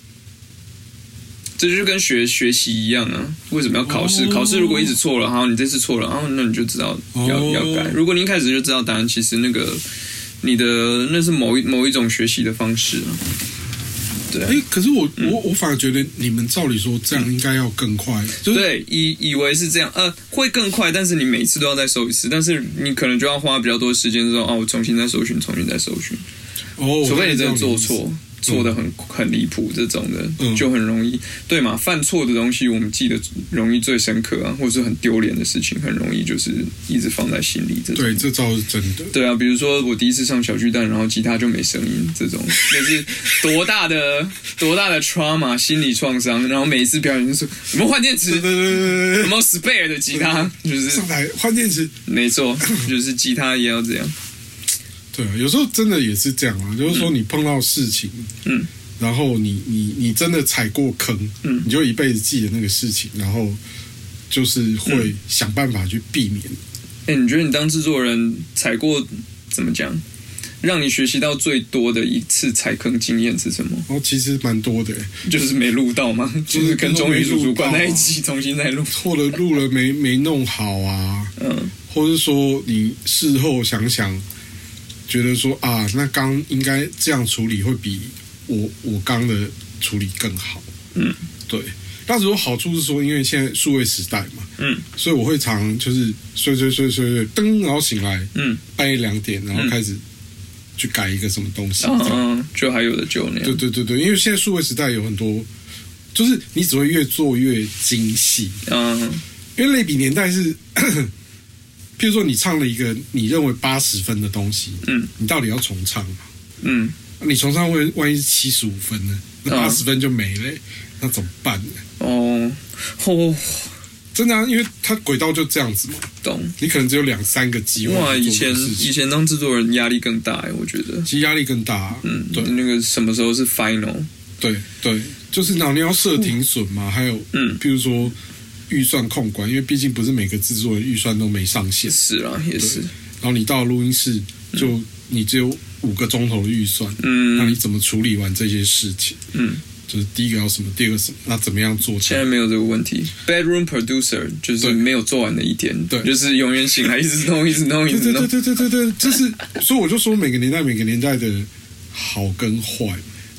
这就跟学学习一样啊！为什么要考试？ Oh. 考试如果一直错了，好，你这次错了，然后那你就知道要、oh. 要改。如果你一开始就知道答案，其实那个你的那是某一某一种学习的方式啊。对， 哎，可是我、嗯、我我反而觉得你们照理说这样应该要更快，就是、 对，以以为是这样，呃，会更快，但是你每次都要再搜一次，但是你可能就要花比较多时间说，哦，我重新再搜寻，重新再搜寻。哦，除非你真的做错。错的很很离谱，这种的、嗯、就很容易，对嘛？犯错的东西我们记得容易最深刻啊，或者是很丢脸的事情，很容易就是一直放在心里。这种对，这招是真的。 对啊，比如说我第一次上小巨蛋，然后吉他就没声音，这种那是多大的多大的 trauma 心理创伤。然后每一次表演就说有没有换电池，有没有 spare 的吉他，就是上台换电池， 没错，就是吉他也要这样。 对啊，有时候真的也是这样啊，就是说你碰到事情，嗯，然后你你你真的踩过坑，嗯，你就一辈子记得那个事情，然后就是会想办法去避免。 哎、欸，你觉得你当制作人踩过怎么讲，让你学习到最多的一次踩坑经验是什么？ 哦，其实蛮多的， 就是没录到吗？就是跟钟宇主管在一起重新再录， 或者录了没没弄好啊，嗯，或者说你事后想想。觉得说啊，那刚应该这样处理会比我我刚的处理更好。嗯，对。但是有好处是说，因为现在数位时代嘛，嗯，所以我会常就是睡睡睡睡睡，噔，然后醒来，嗯，半夜两点，然后开始去改一个什么东西， 嗯，嗯就还有的救那样。 对对对对，因为现在数位时代有很多，就是你只会越做越精细。嗯，因为类比年代是。譬如说，你唱了一个你认为八十分的东西，嗯，你到底要重唱吗？嗯，你重唱会万一是七十五分呢？那八十分就没了、欸，嗯、那怎么办呢？哦，哦，真的啊，因为它轨道就这样子嘛。懂。你可能只有两三个机会。 哇，以前以前当制作人压力更大哎，我觉得。 其实压力更大、啊，嗯，对。 那个什么时候是 final？ 对对，就是哪你要设停损嘛，嗯、还有嗯，譬如说。预算控管，因为毕竟不是每个制作人预算都没上限。 是啊，也是。 然后你到录音室，就、嗯、你只有五个钟头的预算，嗯，那你怎么处理完这些事情？嗯，就是第一个要什么，第二个什么，那怎么样做？ 现在没有这个问题。Bedroom producer 就是没有做完的一天，对，就是永远醒来一直弄，一直弄，一直弄。 对对对对对对，就是，所以我就说每个年代每个年代的好跟坏。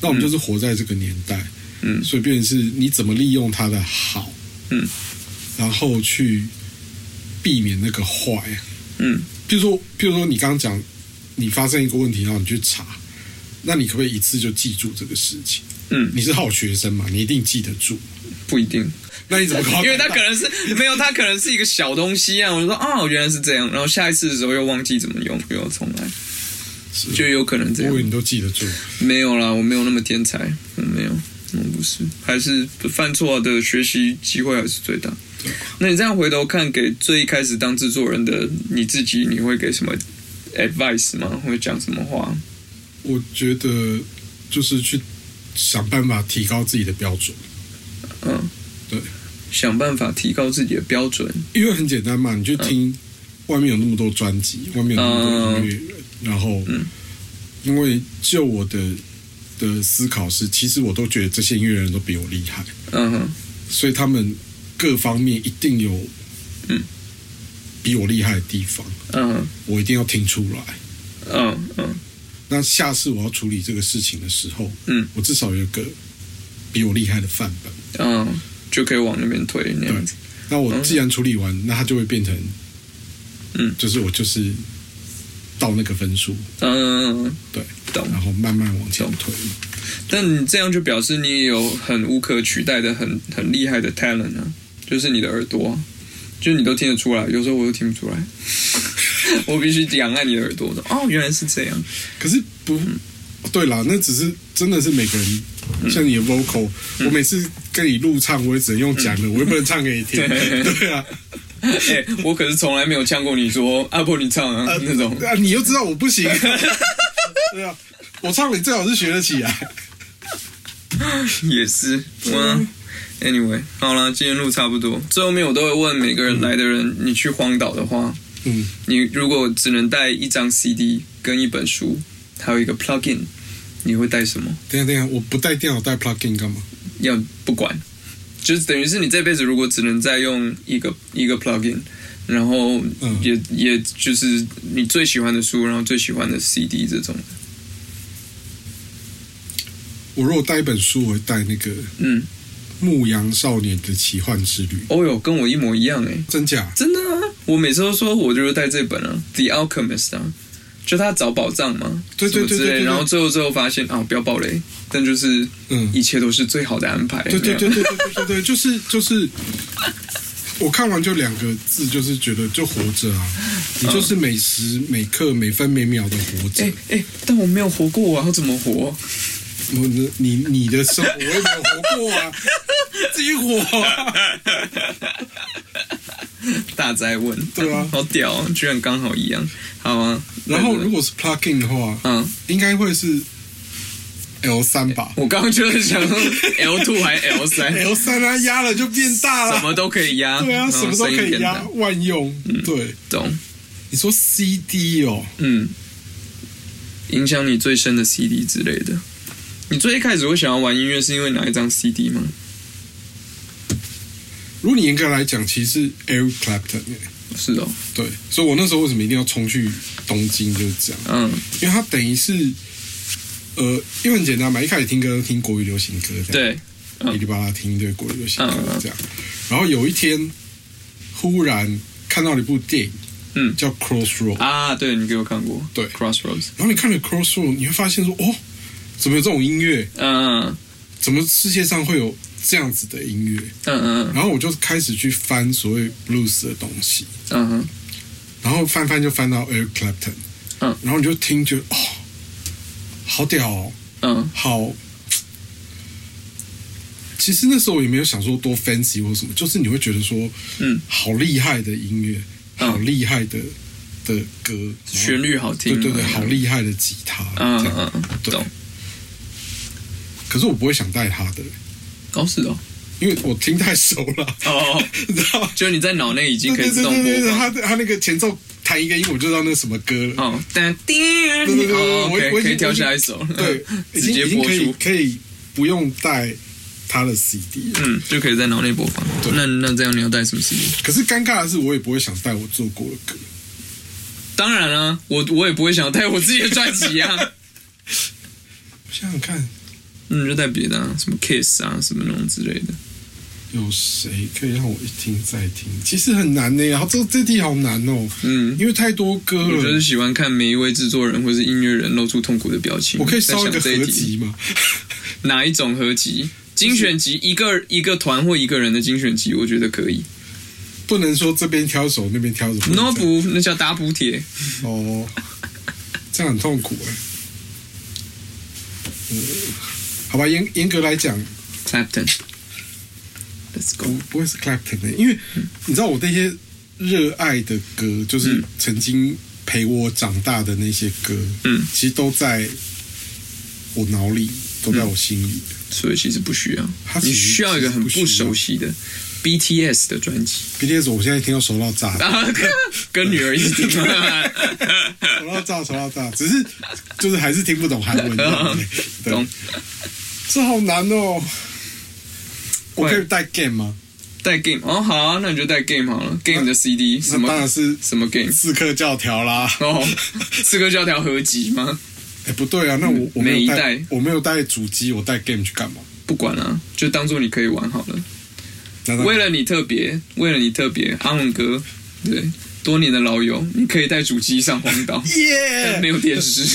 那我们就是活在这个年代，嗯，所以变成是你怎么利用它的好，嗯，然后去避免那个坏，嗯，譬如说，譬如说你刚刚讲，你发生一个问题，然后你去查，那你可不可以一次就记住这个事情？嗯，你是好学生嘛，你一定记得住？ 不一定。 那你怎么考？ 因为他可能是没有，他可能是一个小东西啊。我就说哦，原来是这样，然后下一次的时候又忘记怎么用，又要重来，就有可能这样。 我以为你都记得住。 没有啦，我没有那么天才，我没有，我不是，还是犯错的学习机会还是最大。那你这样回头看，给最一开始当制作人的你自己，你会给什么 advice 吗？会讲什么话？ 我觉得就是去想办法提高自己的标准。嗯，对。 想办法提高自己的标准， 因为很简单嘛，你就听外面有那么多专辑，嗯、外面有那么多音乐人，嗯、然后，嗯、因为就我的的思考是，其实我都觉得这些音乐人都比我厉害，嗯哼，所以他们各方面一定有，嗯，比我厉害的地方，嗯哼，我一定要听出来，嗯嗯，那下次我要处理这个事情的时候，嗯，我至少有一个比我厉害的范本， 嗯。就可以往那边推那样子。 那我既然处理完，嗯、那它就会变成，嗯，就是我就是到那个分数，嗯，对，懂，然后慢慢往前推。 但你这样就表示你也有很无可取代的、很很厉害的 talent 啊，就是你的耳朵，就是你都听得出来，有时候我都听不出来，我必须仰赖你的耳朵的。哦，原来是这样。 可是不，对啦，那只是真的是每个人。像你的 vocal，、嗯、我每次跟你录唱，我也只能用讲的，嗯、我又不能唱给你听。对啊， 哎、欸，我可是从来没有呛过你说阿婆你唱啊、呃、那种。 啊，你又知道我不行。对啊，我唱你最好是学得起来。 也是，嗯 ，anyway， 好了，今天录差不多。最后面我都会问每个人来的人，嗯、你去荒岛的话，嗯，你如果只能带一张 C D 跟一本书，还有一个 plugin。你会带什么？ 等一下等一下，我不带电脑带 plugin 干嘛？ 要不管，就是等于是你这辈子如果只能再用一个一个 plugin， 然后也、嗯、也就是你最喜欢的书，然后最喜欢的 C D 这种的。 我如果带一本书，我会带那个嗯，《牧羊少年的奇幻之旅》。 哦哟，跟我一模一样哎， 真假？ 真的啊！我每次都说我就是带这本啊，《The Alchemist》啊。就他找宝藏嘛， 对对对 对, 对, 对， 然后最后最后发现啊，不要爆雷，但就是嗯，一切都是最好的安排。 对对对对对对对对，就是就是，我看完就两个字，就是觉得就活着啊，你就是每时每刻每分每秒的活着。 哎哎，但我没有活过啊，我怎么活？ 我你你的生活我也没有活过啊，自己活啊。 大哉问， 对啊， 好屌、哦，居然刚好一样，好啊。 然后如果是 plugin 的话，嗯，应该会是 L 三吧。 我刚刚就是想说 L 二 还是 L 三 ？L 三啊，压了就变大了， 什么都可以压。 对啊，什么都可以压，万用。嗯、对， 懂。 你说 C D 哦，嗯， 影响你最深的 C D 之类的。你最一开始会想要玩音乐，是因为哪一张 C D 吗？ 如果你严格来讲，其实是 Eric Clapton 是哦， 对，所以我那时候为什么一定要冲去东京，就是这样，嗯，因为他等于是，呃，因为很简单嘛，一开始听歌听国语流行歌， 对， 噼里啪啦听对国语流行歌这样，然后有一天忽然看到了一部电影，嗯，叫 Crossroads 啊，对你给我看过， 对 Crossroads， 然后你看了 Crossroads， 你会发现说，哦，怎么有这种音乐？嗯，怎么世界上会有这样子的音乐？嗯嗯，然后我就开始去翻所谓 blues 的东西，嗯哼，然后翻翻就翻到 Eric Clapton， 嗯，然后你就听就哦，好屌哦，嗯，好。其实那时候我也没有想说多 fancy 或什么，就是你会觉得说，嗯，好厉害的音乐，好厉害的的歌， 旋律好听， 对对对，好厉害的吉他，嗯嗯嗯，对。可是我不会想带他的， 哦是哦， 因为我听太熟了，哦，你知道吗？ 就你在脑内已经可以自动播放， 他他那个前奏弹一个音，我就知道那什么歌了， 哦，但叮，对对对，我我可以跳下一首， 对， 直接播出， 可以不用带他的 C D， 嗯，就可以在脑内播放。那那这样你要带什么 C D？ 可是尴尬的是，我也不会想带我做过的歌。 当然啊，我我也不会想带我自己的专辑啊。 想想看， 嗯，就带别的啊，什么 Kiss 啊，什么那种之类的。 有谁可以让我一听再听？其实很难呢，然后这这题好难哦。嗯，因为太多歌了。 我就是喜欢看每一位制作人或是音乐人露出痛苦的表情。 我可以烧一个合集吗？ 哪一种合集？精选集，一个一个团或一个人的精选集，我觉得可以。 不能说这边挑手，那边挑什么 ？No 不，那叫打补帖。 哦，这样很痛苦哎。嗯，好吧，严严格来讲 ，Clapton。Let's go， 不, 不会是 Clapton 的，因为你知道我那些热爱的歌，就是曾经陪我长大的那些歌，嗯，其实都在我脑里，都在我心里、嗯， 所以其实不需要，你需要一个很不熟悉的 B T S 的专辑。 B T S 我现在听到熟到炸， 跟女儿一起听，熟到炸，熟到炸，只是就是还是听不懂韩文，懂？这好难哦。我可以带 game 吗？ 带 game 哦，好啊，那你就带 game 好了。game 的 C D 什么？ 当然是什么 game？ 刺客教条啦。 哦，刺客教条合集吗？ 哎、欸，不对啊，那我、嗯、我没有带， 我没有带主机，我带 game 去干嘛？ 不管啊，就当做你可以玩好了。为了你特别，为了你特别，阿文哥，对，多年的老友，你可以带主机上荒岛， 耶、yeah! 但没有电视，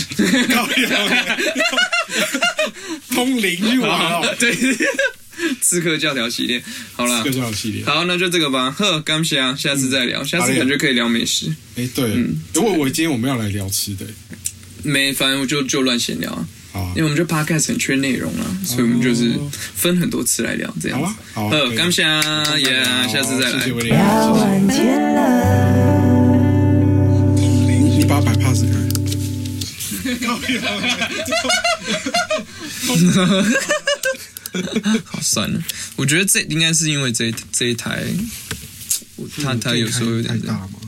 通灵去玩哦， 对。刺客教条系列，好啦， 刺客教条系列， 好，那就这个吧。呵，感谢啊，下次再聊，嗯、下次感觉可以聊美食。 哎、欸，对，嗯，如果我今天我们要来聊吃的， 没，反正我就就乱闲聊啊。 好啊， 因为我们这 podcast 很缺内容啊，所以我们就是分很多次来聊，这样子。 好啊，好， 呵，感谢啊，耶，下次再来。 谢谢威廉，谢谢。你把摆 pass 开。 好，算了，我觉得这应该是因为这这一台，他他有时候有点太大吗？